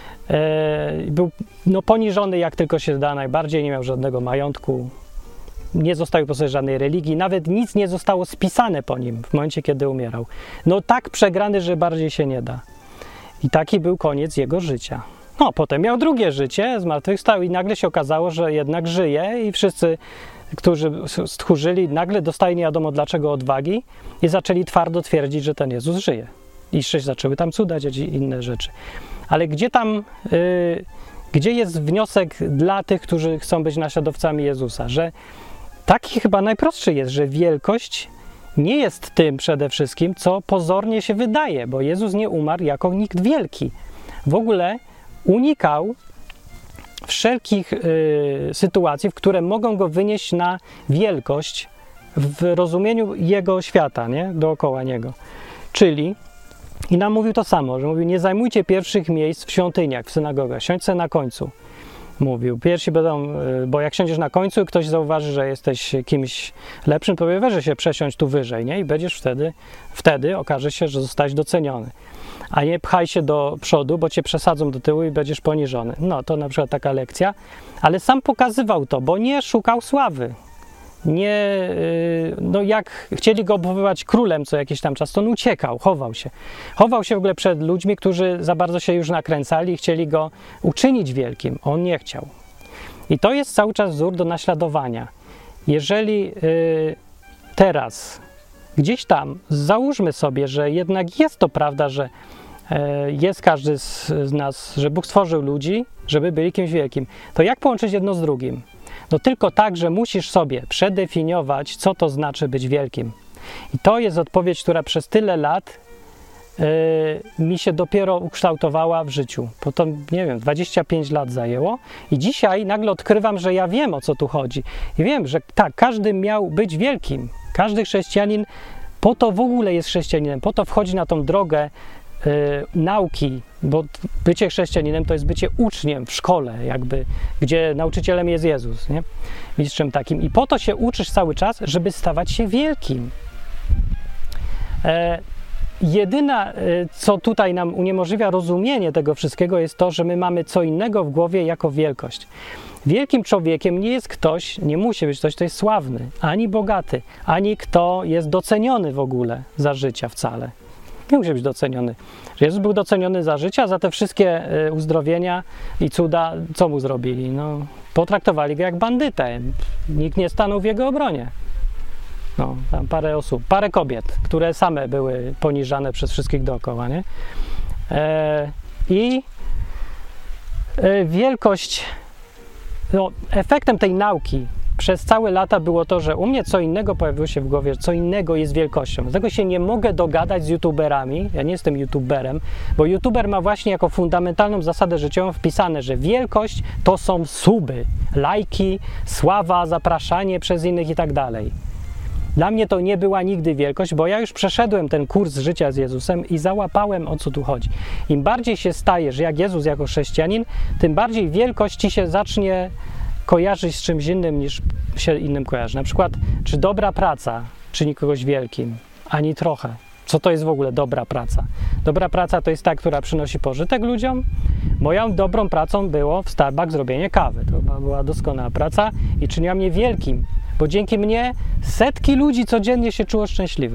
Był no, poniżony jak tylko się da najbardziej, nie miał żadnego majątku. Nie zostawił po sobie żadnej religii, nawet nic nie zostało spisane po nim w momencie, kiedy umierał. No tak przegrany, że bardziej się nie da. I taki był koniec jego życia. No, potem miał drugie życie, zmartwychwstał i nagle się okazało, że jednak żyje i wszyscy, którzy stchórzyli, nagle dostali nie wiadomo dlaczego odwagi i zaczęli twardo twierdzić, że ten Jezus żyje. I się zaczęły tam cuda dziać i inne rzeczy. Ale gdzie tam, yy, gdzie jest wniosek dla tych, którzy chcą być naśladowcami Jezusa? Że taki chyba najprostszy jest, że wielkość nie jest tym przede wszystkim, co pozornie się wydaje, bo Jezus nie umarł jako nikt wielki. W ogóle unikał wszelkich y, sytuacji, w które mogą go wynieść na wielkość w rozumieniu jego świata, nie? Dookoła niego. Czyli, i nam mówił to samo, że mówił, nie zajmujcie pierwszych miejsc w świątyniach, w synagogach, siądźcie na końcu. Mówił, pierwsi będą, bo jak siądziesz na końcu i ktoś zauważy, że jesteś kimś lepszym, to powie, weź się przesiądź tu wyżej, nie? I będziesz wtedy, wtedy okaże się, że zostałeś doceniony. A nie pchaj się do przodu, bo cię przesadzą do tyłu i będziesz poniżony. No, to na przykład taka lekcja. Ale sam pokazywał to, bo nie szukał sławy. Nie, no jak chcieli go obwoływać królem co jakiś tam czas, to on uciekał, chował się. Chował się w ogóle przed ludźmi, którzy za bardzo się już nakręcali i chcieli go uczynić wielkim. On nie chciał. I to jest cały czas wzór do naśladowania. Jeżeli y, teraz gdzieś tam załóżmy sobie, że jednak jest to prawda, że y, jest każdy z, z nas, że Bóg stworzył ludzi, żeby byli kimś wielkim, to jak połączyć jedno z drugim? No tylko tak, że musisz sobie przedefiniować, co to znaczy być wielkim. I to jest odpowiedź, która przez tyle lat yy, mi się dopiero ukształtowała w życiu. Potem, nie wiem, dwadzieścia pięć lat zajęło i dzisiaj nagle odkrywam, że ja wiem, o co tu chodzi. I wiem, że tak, każdy miał być wielkim. Każdy chrześcijanin po to w ogóle jest chrześcijaninem, po to wchodzi na tą drogę yy, nauki, bo bycie chrześcijaninem to jest bycie uczniem w szkole, jakby, gdzie nauczycielem jest Jezus, nie? Mistrzem takim. I po to się uczysz cały czas, żeby stawać się wielkim. E, jedyna, e, co tutaj nam uniemożliwia rozumienie tego wszystkiego, jest to, że my mamy co innego w głowie jako wielkość. Wielkim człowiekiem nie jest ktoś, nie musi być ktoś, kto jest sławny, ani bogaty, ani kto jest doceniony w ogóle za życia wcale. Nie musi być doceniony. Jezus był doceniony za życia, za te wszystkie uzdrowienia i cuda, co mu zrobili? No, potraktowali go jak bandytę. Nikt nie stanął w jego obronie. No, tam parę osób, parę kobiet, które same były poniżane przez wszystkich dookoła, nie? E, I e, wielkość, no, efektem tej nauki przez całe lata było to, że u mnie co innego pojawiło się w głowie, że co innego jest wielkością. Dlatego się nie mogę dogadać z youtuberami, ja nie jestem youtuberem, bo youtuber ma właśnie jako fundamentalną zasadę życiową wpisane, że wielkość to są suby, lajki, sława, zapraszanie przez innych i tak dalej. Dla mnie to nie była nigdy wielkość, bo ja już przeszedłem ten kurs życia z Jezusem i załapałem, o co tu chodzi. Im bardziej się stajesz jak Jezus jako chrześcijanin, tym bardziej wielkość ci się zacznie kojarzyć z czymś innym niż się innym kojarzy. Na przykład, czy dobra praca czyni kogoś wielkim? Ani trochę. Co to jest w ogóle dobra praca? Dobra praca to jest ta, która przynosi pożytek ludziom. Moją dobrą pracą było w Starbucks zrobienie kawy. To była doskonała praca i czyniła mnie wielkim, bo dzięki mnie setki ludzi codziennie się czuło szczęśliwym.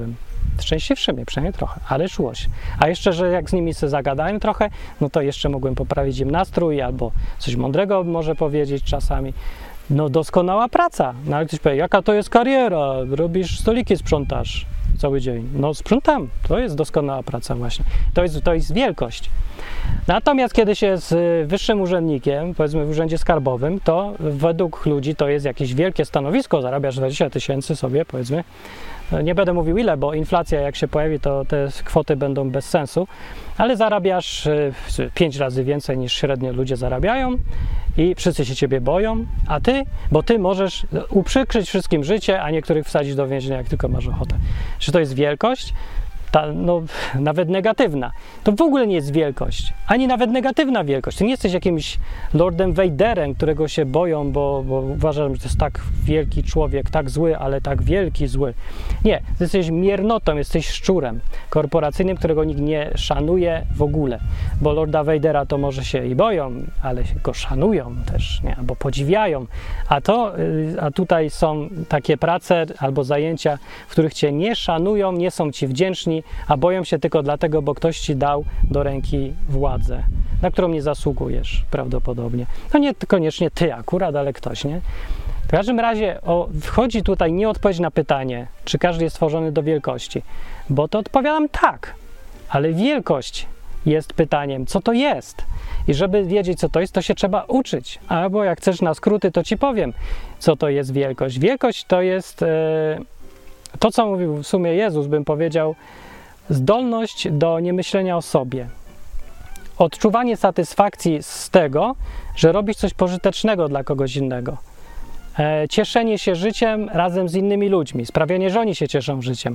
Szczęśliwszymi, przynajmniej trochę, ale szło się. A jeszcze, że jak z nimi sobie zagadałem trochę, no to jeszcze mogłem poprawić im nastrój albo coś mądrego może powiedzieć czasami. No doskonała praca. No ale ktoś powie, jaka to jest kariera? Robisz stoliki, sprzątasz cały dzień. No sprzątam. To jest doskonała praca właśnie. To jest, to jest wielkość. Natomiast kiedy się jest wyższym urzędnikiem, powiedzmy w urzędzie skarbowym, to według ludzi to jest jakieś wielkie stanowisko, zarabiasz dwadzieścia tysięcy sobie, powiedzmy. Nie będę mówił ile, bo inflacja jak się pojawi, to te kwoty będą bez sensu, ale zarabiasz pięć razy więcej niż średnio ludzie zarabiają i wszyscy się ciebie boją, a ty, bo ty możesz uprzykrzyć wszystkim życie, a niektórych wsadzić do więzienia, jak tylko masz ochotę. Czy to jest wielkość? Ta, no, nawet negatywna. To w ogóle nie jest wielkość, ani nawet negatywna wielkość. Ty nie jesteś jakimś Lordem Vaderem, którego się boją, bo, bo uważam, że to jest tak wielki człowiek, tak zły, ale tak wielki zły. Nie, ty jesteś miernotą, jesteś szczurem korporacyjnym, którego nikt nie szanuje w ogóle, bo Lorda Vadera to może się i boją, ale go szanują też, nie? Albo podziwiają. A, to, a tutaj są takie prace albo zajęcia, w których cię nie szanują, nie są ci wdzięczni, a boją się tylko dlatego, bo ktoś ci dał do ręki władzę, na którą nie zasługujesz prawdopodobnie. No nie koniecznie ty akurat, ale ktoś, nie? W każdym razie o, wchodzi tutaj nie odpowiedź na pytanie, czy każdy jest stworzony do wielkości, bo to odpowiadam tak, ale wielkość jest pytaniem, co to jest. I żeby wiedzieć, co to jest, to się trzeba uczyć. Albo jak chcesz na skróty, to ci powiem, co to jest wielkość. Wielkość to jest e, to, co mówił w sumie Jezus, bym powiedział, zdolność do niemyślenia o sobie. Odczuwanie satysfakcji z tego, że robisz coś pożytecznego dla kogoś innego. E, cieszenie się życiem razem z innymi ludźmi, sprawianie, że oni się cieszą życiem.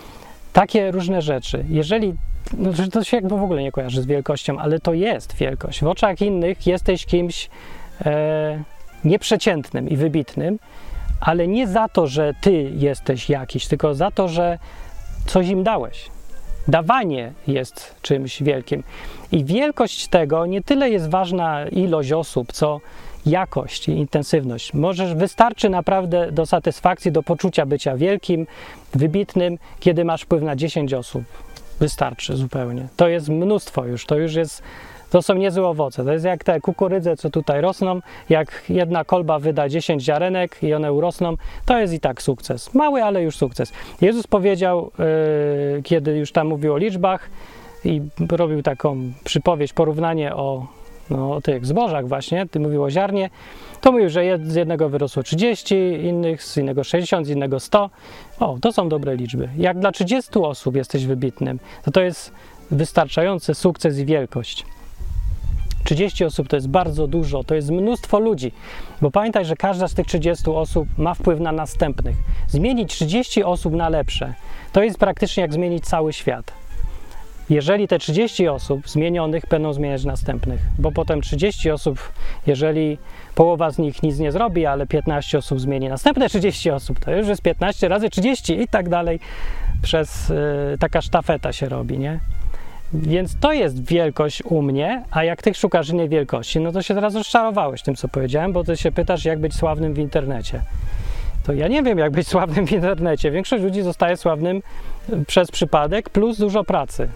Takie różne rzeczy. Jeżeli, no to się jakby w ogóle nie kojarzy z wielkością, ale to jest wielkość. W oczach innych jesteś kimś e, nieprzeciętnym i wybitnym, ale nie za to, że ty jesteś jakiś, tylko za to, że coś im dałeś. Dawanie jest czymś wielkim. I wielkość tego nie tyle jest ważna ilość osób, co jakość i intensywność. Możesz, wystarczy naprawdę do satysfakcji, do poczucia bycia wielkim, wybitnym, kiedy masz wpływ na dziesięć osób. Wystarczy zupełnie. To jest mnóstwo już, to już jest, to są niezłe owoce. To jest jak te kukurydze, co tutaj rosną. Jak jedna kolba wyda dziesięć ziarenek i one urosną, to jest i tak sukces. Mały, ale już sukces. Jezus powiedział, yy, kiedy już tam mówił o liczbach i robił taką przypowieść, porównanie o, no, o tych zbożach właśnie, ty mówił o ziarnie, to mówił, że z jednego wyrosło trzydzieści, innych, z innego sześćdziesiąt, z innego sto. O, to są dobre liczby. Jak dla trzydziestu osób jesteś wybitnym, to to jest wystarczający sukces i wielkość. trzydzieści osób to jest bardzo dużo, to jest mnóstwo ludzi, bo pamiętaj, że każda z tych trzydziestu osób ma wpływ na następnych. Zmienić trzydzieści osób na lepsze, to jest praktycznie jak zmienić cały świat. Jeżeli te trzydzieści osób zmienionych będą zmieniać następnych, bo potem trzydzieści osób, jeżeli połowa z nich nic nie zrobi, ale piętnaście osób zmieni następne trzydzieści osób, to już jest piętnaście razy trzydzieści i tak dalej, przez yy, taka sztafeta się robi, nie? Więc to jest wielkość u mnie, a jak ty szukasz innej wielkości, no to się teraz rozczarowałeś tym, co powiedziałem, bo ty się pytasz, jak być sławnym w internecie. To ja nie wiem, jak być sławnym w internecie. Większość ludzi zostaje sławnym przez przypadek, plus dużo pracy.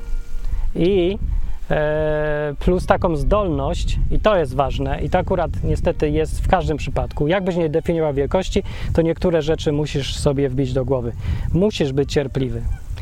I e, plus taką zdolność, i to jest ważne, i to akurat niestety jest w każdym przypadku. Jakbyś nie definiował wielkości, to niektóre rzeczy musisz sobie wbić do głowy. Musisz być cierpliwy.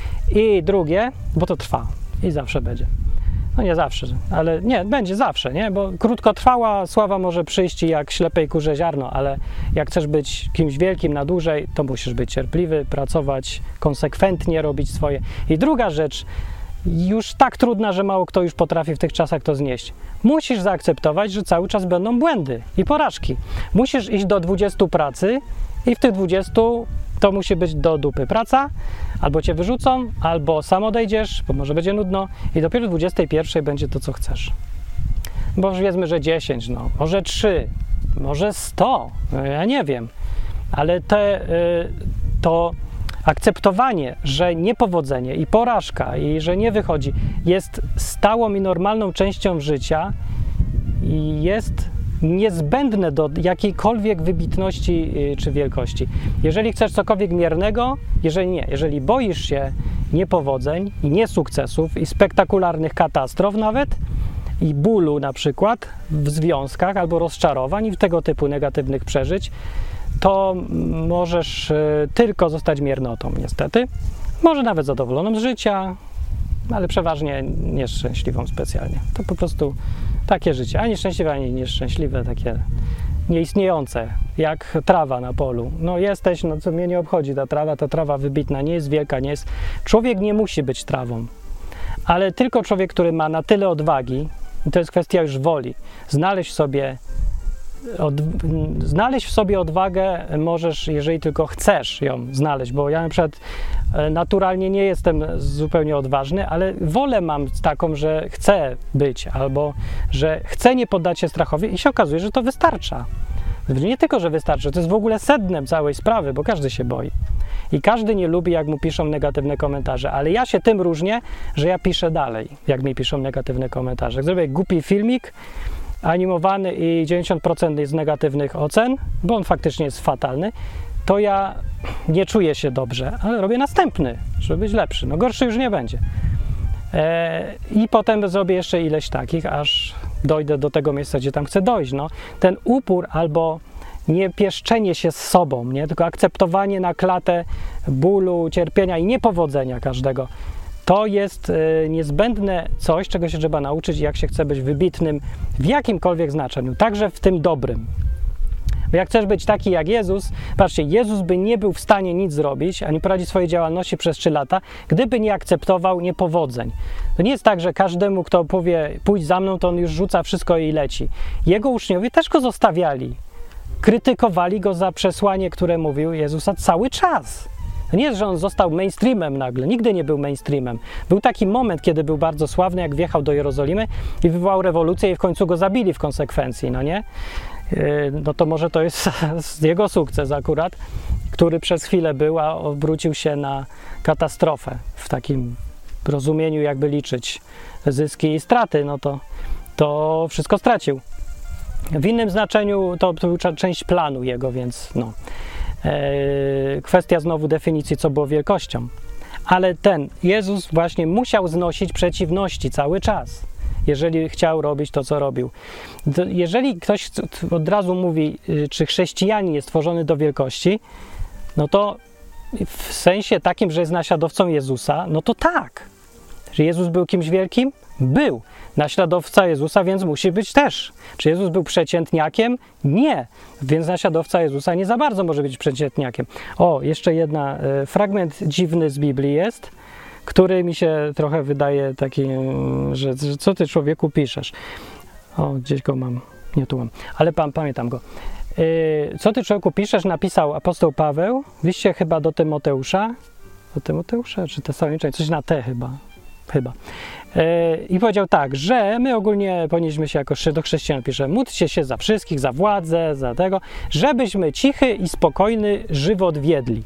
I drugie, bo to trwa. I zawsze będzie. No nie zawsze, ale nie, będzie zawsze, nie? Bo krótkotrwała sława może przyjść jak ślepej kurze ziarno, ale jak chcesz być kimś wielkim na dłużej, to musisz być cierpliwy, pracować, konsekwentnie robić swoje. I druga rzecz, już tak trudna, że mało kto już potrafi w tych czasach to znieść. Musisz zaakceptować, że cały czas będą błędy i porażki. Musisz iść do dwudziestu pracy i w tych dwudziestu to musi być do dupy praca, albo cię wyrzucą, albo sam odejdziesz, bo może będzie nudno i dopiero w dwudziestej pierwszej będzie to, co chcesz. Bo już wiedzmy, że dziesięć, no, może trzy, może sto, no, ja nie wiem, ale te, to akceptowanie, że niepowodzenie i porażka i że nie wychodzi jest stałą i normalną częścią życia i jest niezbędne do jakiejkolwiek wybitności czy wielkości. Jeżeli chcesz cokolwiek miernego, jeżeli nie, jeżeli boisz się niepowodzeń i niesukcesów i spektakularnych katastrof nawet i bólu na przykład w związkach albo rozczarowań i tego typu negatywnych przeżyć, to możesz tylko zostać miernotą niestety. Może nawet zadowoloną z życia, ale przeważnie nieszczęśliwą specjalnie. To po prostu takie życie, ani szczęśliwe, ani nieszczęśliwe, takie nieistniejące, jak trawa na polu. No jesteś, no co mnie nie obchodzi ta trawa, ta trawa wybitna, nie jest wielka, nie jest... Człowiek nie musi być trawą, ale tylko człowiek, który ma na tyle odwagi, i to jest kwestia już woli, znaleźć sobie Od, znaleźć w sobie odwagę możesz, jeżeli tylko chcesz ją znaleźć, bo ja na przykład naturalnie nie jestem zupełnie odważny, ale wolę mam taką, że chcę być, albo że chcę nie poddać się strachowi i się okazuje, że to wystarcza. Nie tylko, że wystarczy, to jest w ogóle sednem całej sprawy, bo każdy się boi. I każdy nie lubi, jak mu piszą negatywne komentarze, ale ja się tym różnię, że ja piszę dalej, jak mi piszą negatywne komentarze. Jak zrobię głupi filmik, animowany i dziewięćdziesiąt procent jest negatywnych ocen, bo on faktycznie jest fatalny, to ja nie czuję się dobrze, ale robię następny, żeby być lepszy. No gorszy już nie będzie. E, I potem zrobię jeszcze ileś takich, aż dojdę do tego miejsca, gdzie tam chcę dojść. No, ten upór albo nie pieszczenie się z sobą, nie? Tylko akceptowanie na klatę bólu, cierpienia i niepowodzenia każdego. To jest y, niezbędne coś, czego się trzeba nauczyć, jak się chce być wybitnym w jakimkolwiek znaczeniu, także w tym dobrym. Bo jak chcesz być taki jak Jezus, patrzcie, Jezus by nie był w stanie nic zrobić, ani prowadzić swojej działalności przez trzy lata, gdyby nie akceptował niepowodzeń. To nie jest tak, że każdemu, kto powie, pójdź za mną, to on już rzuca wszystko i leci. Jego uczniowie też go zostawiali. Krytykowali go za przesłanie, które mówił Jezusa cały czas. To nie jest, że on został mainstreamem nagle, nigdy nie był mainstreamem. Był taki moment, kiedy był bardzo sławny, jak wjechał do Jerozolimy i wywołał rewolucję i w końcu go zabili w konsekwencji, no nie? No to może to jest jego sukces akurat, który przez chwilę był, a obrócił się na katastrofę w takim rozumieniu, jakby liczyć zyski i straty, no to, to wszystko stracił. W innym znaczeniu to, to była część planu jego, więc no. Kwestia znowu definicji, co było wielkością. Ale ten Jezus właśnie musiał znosić przeciwności cały czas, jeżeli chciał robić to, co robił. Jeżeli ktoś od razu mówi, czy chrześcijanin jest stworzony do wielkości, no to w sensie takim, że jest naśladowcą Jezusa, no to tak. Czy Jezus był kimś wielkim? Był. Naśladowca Jezusa, więc musi być też. Czy Jezus był przeciętniakiem? Nie. Więc naśladowca Jezusa nie za bardzo może być przeciętniakiem. O, jeszcze jedna, e, fragment dziwny z Biblii jest, który mi się trochę wydaje taki, że, że co ty człowieku piszesz? O, gdzieś go mam, nie tu mam, ale pa, pamiętam go. E, co ty człowieku piszesz, napisał apostoł Paweł, w liście chyba do Tymoteusza, do Tymoteusza, czy Tesaloniczan, coś na T chyba, chyba. I powiedział tak, że my ogólnie powinniśmy się jako do chrześcijan pisze, módlcie się za wszystkich, za władzę, za tego, żebyśmy cichy i spokojny żywot wiedli.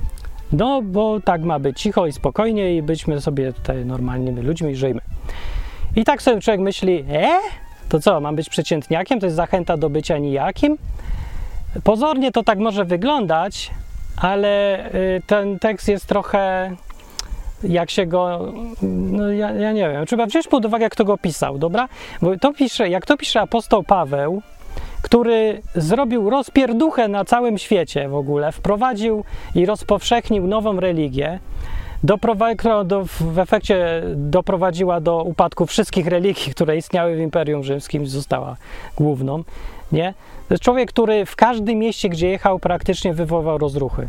No, bo tak ma być cicho i spokojnie i byśmy sobie tutaj normalnymi ludźmi i żyjmy. I tak sobie człowiek myśli, e? To co, mam być przeciętniakiem? To jest zachęta do bycia nijakim? Pozornie to tak może wyglądać, ale ten tekst jest trochę... jak się go, no ja, ja nie wiem, trzeba wziąć pod uwagę, kto go pisał, dobra? Bo to pisze, jak to pisze apostoł Paweł, który zrobił rozpierduchę na całym świecie w ogóle, wprowadził i rozpowszechnił nową religię, doprowadziła do, w efekcie doprowadziła do upadku wszystkich religii, które istniały w Imperium Rzymskim, została główną, nie? To jest człowiek, który w każdym mieście, gdzie jechał, praktycznie wywoływał rozruchy.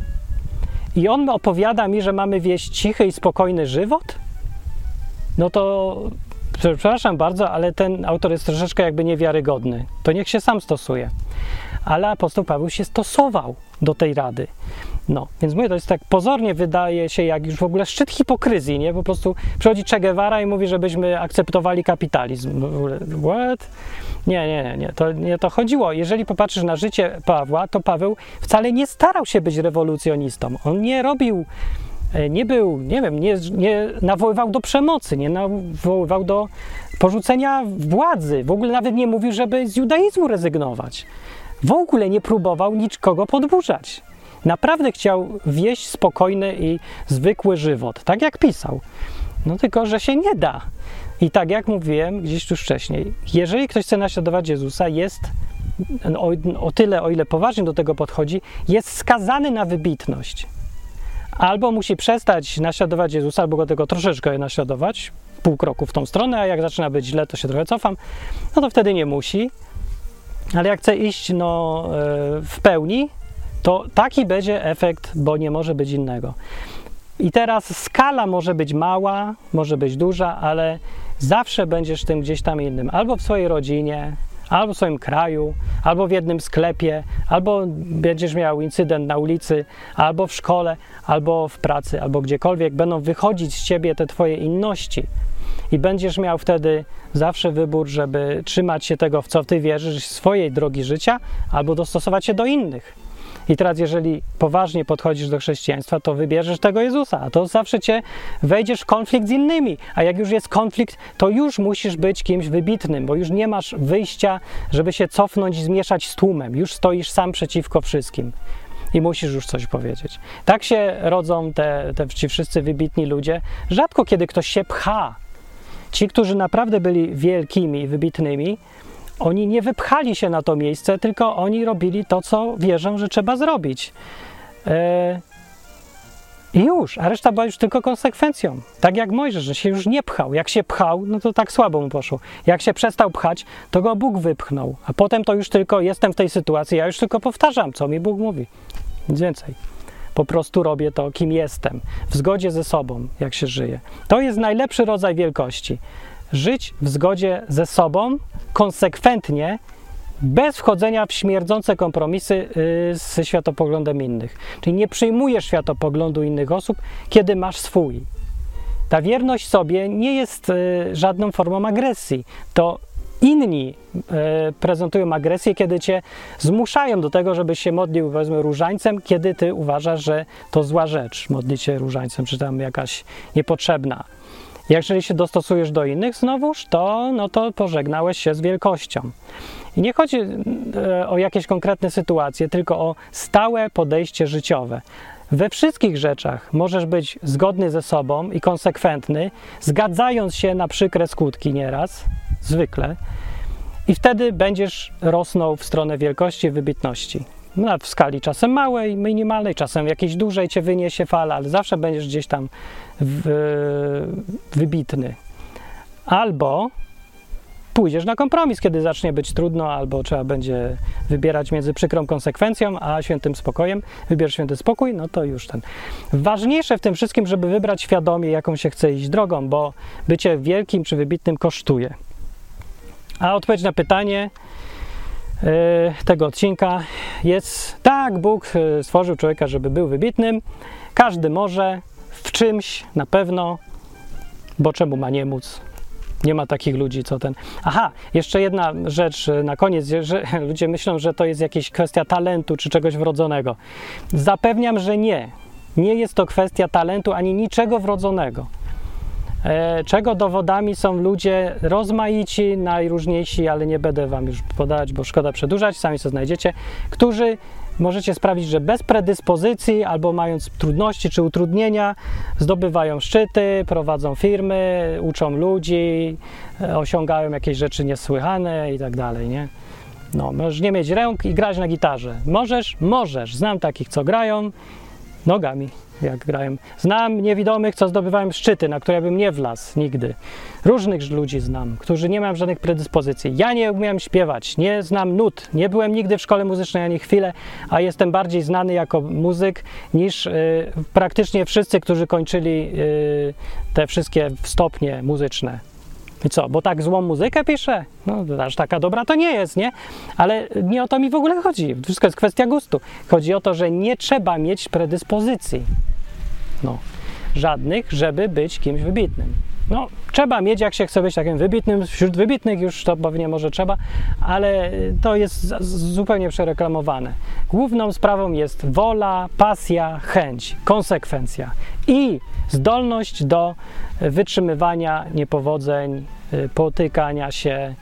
I on opowiada mi, że mamy wieść cichy i spokojny żywot? No to, przepraszam bardzo, ale ten autor jest troszeczkę jakby niewiarygodny. To niech się sam stosuje. Ale apostoł Paweł się stosował do tej rady. No, więc mówię, to jest tak pozornie wydaje się jak już w ogóle szczyt hipokryzji, nie? Po prostu przychodzi Che Guevara i mówi, żebyśmy akceptowali kapitalizm. W ogóle, what? Nie, nie, nie, nie. To nie to chodziło. Jeżeli popatrzysz na życie Pawła, to Paweł wcale nie starał się być rewolucjonistą. On nie robił, nie był, nie wiem, nie, nie nawoływał do przemocy, nie nawoływał do porzucenia władzy. W ogóle nawet nie mówił, żeby z judaizmu rezygnować. W ogóle nie próbował nikogo podburzać. Naprawdę chciał wieść spokojny i zwykły żywot, tak jak pisał. No tylko, że się nie da. I tak jak mówiłem gdzieś tu wcześniej, jeżeli ktoś chce naśladować Jezusa, jest o, o tyle, o ile poważnie do tego podchodzi, jest skazany na wybitność. Albo musi przestać naśladować Jezusa, albo go tego troszeczkę naśladować, pół kroku w tą stronę, a jak zaczyna być źle, to się trochę cofam, no to wtedy nie musi. Ale jak chce iść no, w pełni, to taki będzie efekt, bo nie może być innego. I teraz skala może być mała, może być duża, ale zawsze będziesz tym gdzieś tam innym. Albo w swojej rodzinie, albo w swoim kraju, albo w jednym sklepie, albo będziesz miał incydent na ulicy, albo w szkole, albo w pracy, albo gdziekolwiek. Będą wychodzić z ciebie te twoje inności. I będziesz miał wtedy zawsze wybór, żeby trzymać się tego, w co ty wierzysz, swojej drogi życia, albo dostosować się do innych. I teraz, jeżeli poważnie podchodzisz do chrześcijaństwa, to wybierzesz tego Jezusa, a to zawsze cię wejdziesz w konflikt z innymi. A jak już jest konflikt, to już musisz być kimś wybitnym, bo już nie masz wyjścia, żeby się cofnąć i zmieszać z tłumem. Już stoisz sam przeciwko wszystkim i musisz już coś powiedzieć. Tak się rodzą te, te ci wszyscy wybitni ludzie. Rzadko kiedy ktoś się pcha. Ci, którzy naprawdę byli wielkimi i wybitnymi, oni nie wypchali się na to miejsce, tylko oni robili to, co wierzą, że trzeba zrobić. Eee, I już, a reszta była już tylko konsekwencją. Tak jak Mojżesz, że się już nie pchał. Jak się pchał, no to tak słabo mu poszło. Jak się przestał pchać, to go Bóg wypchnął. A potem to już tylko jestem w tej sytuacji, ja już tylko powtarzam, co mi Bóg mówi. Nic więcej. Po prostu robię to, kim jestem. W zgodzie ze sobą, jak się żyje. To jest najlepszy rodzaj wielkości. Żyć w zgodzie ze sobą, konsekwentnie, bez wchodzenia w śmierdzące kompromisy yy, z światopoglądem innych. Czyli nie przyjmujesz światopoglądu innych osób, kiedy masz swój. Ta wierność sobie nie jest yy, żadną formą agresji. To inni yy, prezentują agresję, kiedy cię zmuszają do tego, żebyś się modlił, powiedzmy, różańcem, kiedy ty uważasz, że to zła rzecz, modlić się różańcem, czy tam jakaś niepotrzebna. Jeżeli się dostosujesz do innych znowuż, to, no to pożegnałeś się z wielkością. I nie chodzi e, o jakieś konkretne sytuacje, tylko o stałe podejście życiowe. We wszystkich rzeczach możesz być zgodny ze sobą i konsekwentny, zgadzając się na przykre skutki nieraz, zwykle, i wtedy będziesz rosnął w stronę wielkości i wybitności. No, w skali czasem małej, minimalnej, czasem jakiejś dużej cię wyniesie fala, ale zawsze będziesz gdzieś tam w, wybitny. Albo pójdziesz na kompromis, kiedy zacznie być trudno, albo trzeba będzie wybierać między przykrą konsekwencją a świętym spokojem. Wybierz święty spokój, no to już ten. Ważniejsze w tym wszystkim, żeby wybrać świadomie, jaką się chce iść drogą, bo bycie wielkim czy wybitnym kosztuje. A odpowiedź na pytanie tego odcinka jest: tak, Bóg stworzył człowieka, żeby był wybitnym. Każdy może, w czymś na pewno, bo czemu ma nie móc? Nie ma takich ludzi, co ten... Aha, jeszcze jedna rzecz na koniec, że ludzie myślą, że to jest jakaś kwestia talentu czy czegoś wrodzonego. Zapewniam, że nie. Nie jest to kwestia talentu ani niczego wrodzonego. Czego dowodami są ludzie rozmaici, najróżniejsi, ale nie będę wam już podawać, bo szkoda przedłużać, sami sobie znajdziecie, którzy możecie sprawić, że bez predyspozycji albo mając trudności czy utrudnienia zdobywają szczyty, prowadzą firmy, uczą ludzi, osiągają jakieś rzeczy niesłychane i tak dalej, nie? No, możesz nie mieć rąk i grać na gitarze. Możesz? Możesz. Znam takich, co grają nogami, jak grają. Znam niewidomych, co zdobywają szczyty, na które bym nie wlazł nigdy. Różnych ludzi znam, którzy nie mają żadnych predyspozycji. Ja nie umiałem śpiewać, nie znam nut, nie byłem nigdy w szkole muzycznej ani chwilę, a jestem bardziej znany jako muzyk niż y, praktycznie wszyscy, którzy kończyli y, te wszystkie stopnie muzyczne. I co, bo tak złą muzykę piszę? No, aż taka dobra to nie jest, nie? Ale nie o to mi w ogóle chodzi. Wszystko jest kwestia gustu. Chodzi o to, że nie trzeba mieć predyspozycji. No, żadnych, żeby być kimś wybitnym. No, trzeba mieć, jak się chce być takim wybitnym, wśród wybitnych już to pewnie może trzeba, ale to jest zupełnie przereklamowane. Główną sprawą jest wola, pasja, chęć, konsekwencja i zdolność do wytrzymywania niepowodzeń, potykania się,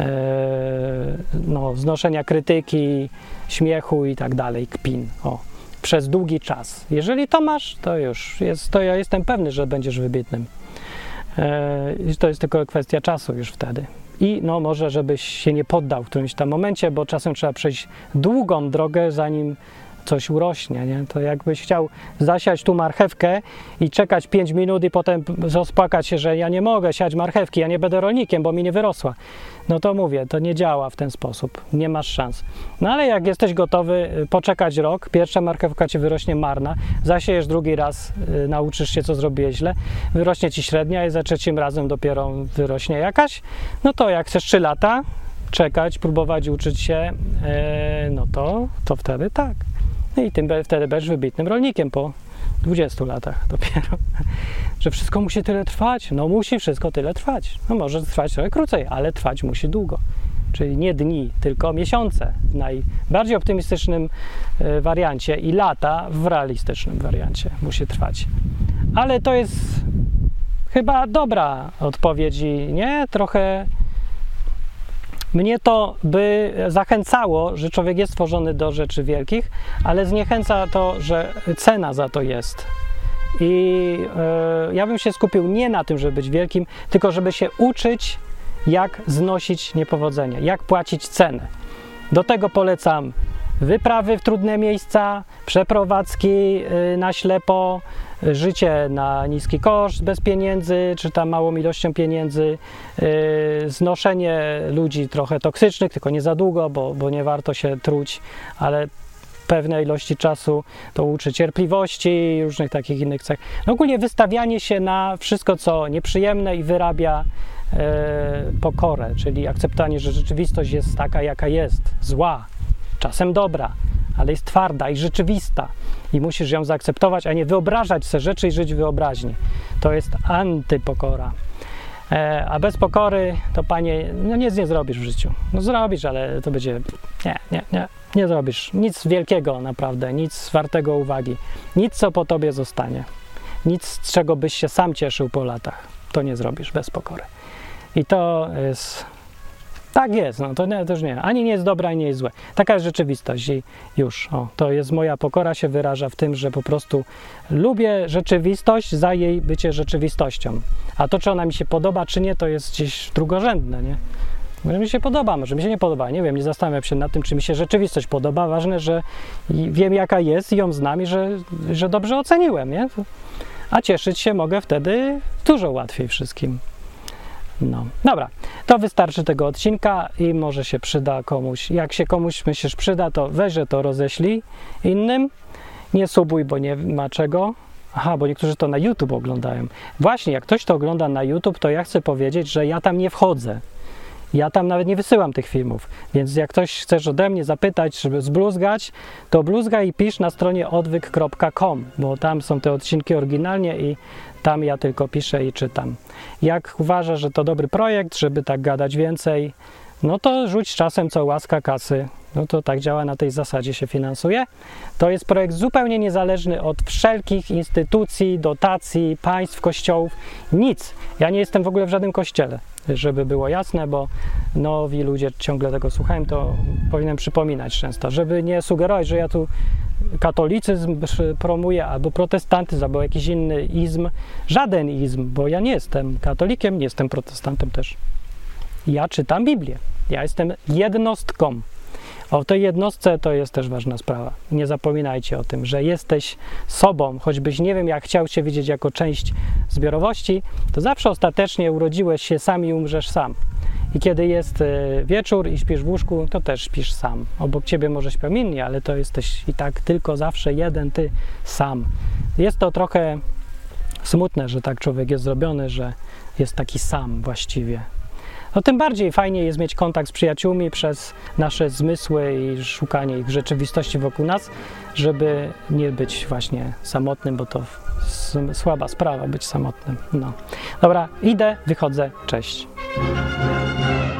no, znoszenia krytyki, śmiechu i tak dalej, kpin. O. przez długi czas. Jeżeli to masz, to już jest, to ja jestem pewny, że będziesz wybitnym. Yy, to jest tylko kwestia czasu już wtedy. I no może, żebyś się nie poddał w którymś tam momencie, bo czasem trzeba przejść długą drogę, zanim coś urośnie, nie? To jakbyś chciał zasiać tu marchewkę i czekać pięć minut i potem rozpłakać się, że ja nie mogę siać marchewki, ja nie będę rolnikiem, bo mi nie wyrosła. No to mówię, to nie działa w ten sposób, nie masz szans. No ale jak jesteś gotowy poczekać rok, pierwsza marchewka ci wyrośnie marna, zasiejesz drugi raz, yy, nauczysz się, co zrobiłeś źle, wyrośnie ci średnia i za trzecim razem dopiero wyrośnie jakaś, no to jak chcesz trzy lata czekać, próbować uczyć się, yy, no to, to wtedy tak. I tym wtedy będziesz wybitnym rolnikiem po dwudziestu latach dopiero. Że wszystko musi tyle trwać? No musi wszystko tyle trwać. No może trwać trochę krócej, ale trwać musi długo. Czyli nie dni, tylko miesiące w najbardziej optymistycznym wariancie i lata w realistycznym wariancie musi trwać. Ale to jest chyba dobra odpowiedź, nie? Trochę mnie to by zachęcało, że człowiek jest stworzony do rzeczy wielkich, ale zniechęca to, że cena za to jest. I yy, ja bym się skupił nie na tym, żeby być wielkim, tylko żeby się uczyć, jak znosić niepowodzenia, jak płacić cenę. Do tego polecam wyprawy w trudne miejsca, przeprowadzki yy, na ślepo, życie na niski koszt, bez pieniędzy, czy tam małą ilością pieniędzy, yy, znoszenie ludzi trochę toksycznych, tylko nie za długo, bo, bo nie warto się truć, ale pewnej ilości czasu to uczy cierpliwości i różnych takich innych cech. No ogólnie wystawianie się na wszystko, co nieprzyjemne i wyrabia yy, pokorę, czyli akceptowanie, że rzeczywistość jest taka, jaka jest, zła, czasem dobra, ale jest twarda i rzeczywista i musisz ją zaakceptować, a nie wyobrażać sobie rzeczy i żyć w wyobraźni. To jest antypokora. E, a bez pokory to, panie, no nic nie zrobisz w życiu. No zrobisz, ale to będzie... Nie, nie, nie. Nie zrobisz. Nic wielkiego naprawdę, nic wartego uwagi. Nic, co po tobie zostanie. Nic, z czego byś się sam cieszył po latach. To nie zrobisz bez pokory. I to jest... Tak jest, no to nie, też nie. Ani nie jest dobre, ani nie jest złe. Taka jest rzeczywistość i już. O, to jest moja pokora, się wyraża w tym, że po prostu lubię rzeczywistość za jej bycie rzeczywistością. A to, czy ona mi się podoba, czy nie, to jest gdzieś drugorzędne, nie? Może mi się podoba, może mi się nie podoba. Nie wiem, nie zastanawiam się nad tym, czy mi się rzeczywistość podoba. Ważne, że wiem, jaka jest i ją znam i że, że dobrze oceniłem, nie? A cieszyć się mogę wtedy dużo łatwiej wszystkim. No, dobra, to wystarczy tego odcinka i może się przyda komuś. Jak się komuś myślisz przyda, to weź, że to roześlij innym. Nie subuj, bo nie ma czego. Aha, bo niektórzy to na YouTube oglądają. Właśnie, jak ktoś to ogląda na YouTube, to ja chcę powiedzieć, że ja tam nie wchodzę. Ja tam nawet nie wysyłam tych filmów, więc jak ktoś chcesz ode mnie zapytać, żeby zbluzgać, to bluzgaj i pisz na stronie odwyk kropka com, bo tam są te odcinki oryginalnie i tam ja tylko piszę i czytam. Jak uważasz, że to dobry projekt, żeby tak gadać więcej, no to rzuć czasem co łaska kasy. No to tak działa, na tej zasadzie się finansuje. To jest projekt zupełnie niezależny od wszelkich instytucji, dotacji, państw, kościołów. Nic. Ja nie jestem w ogóle w żadnym kościele, żeby było jasne, bo nowi ludzie ciągle tego słuchają, to powinienem przypominać często, żeby nie sugerować, że ja tu katolicyzm promuję, albo protestantyzm, albo jakiś inny izm. Żaden izm, bo ja nie jestem katolikiem, nie jestem protestantem też. Ja czytam Biblię. Ja jestem jednostką. O tej jednostce to jest też ważna sprawa. Nie zapominajcie o tym, że jesteś sobą, choćbyś nie wiem jak chciał się widzieć jako część zbiorowości, to zawsze ostatecznie urodziłeś się sam i umrzesz sam. I kiedy jest wieczór i śpisz w łóżku, to też śpisz sam. Obok ciebie może śpią inni, ale to jesteś i tak tylko zawsze jeden ty sam. Jest to trochę smutne, że tak człowiek jest zrobiony, że jest taki sam właściwie. No tym bardziej fajnie jest mieć kontakt z przyjaciółmi przez nasze zmysły i szukanie ich w rzeczywistości wokół nas, żeby nie być właśnie samotnym, bo to słaba sprawa być samotnym. No. Dobra, idę, wychodzę, cześć.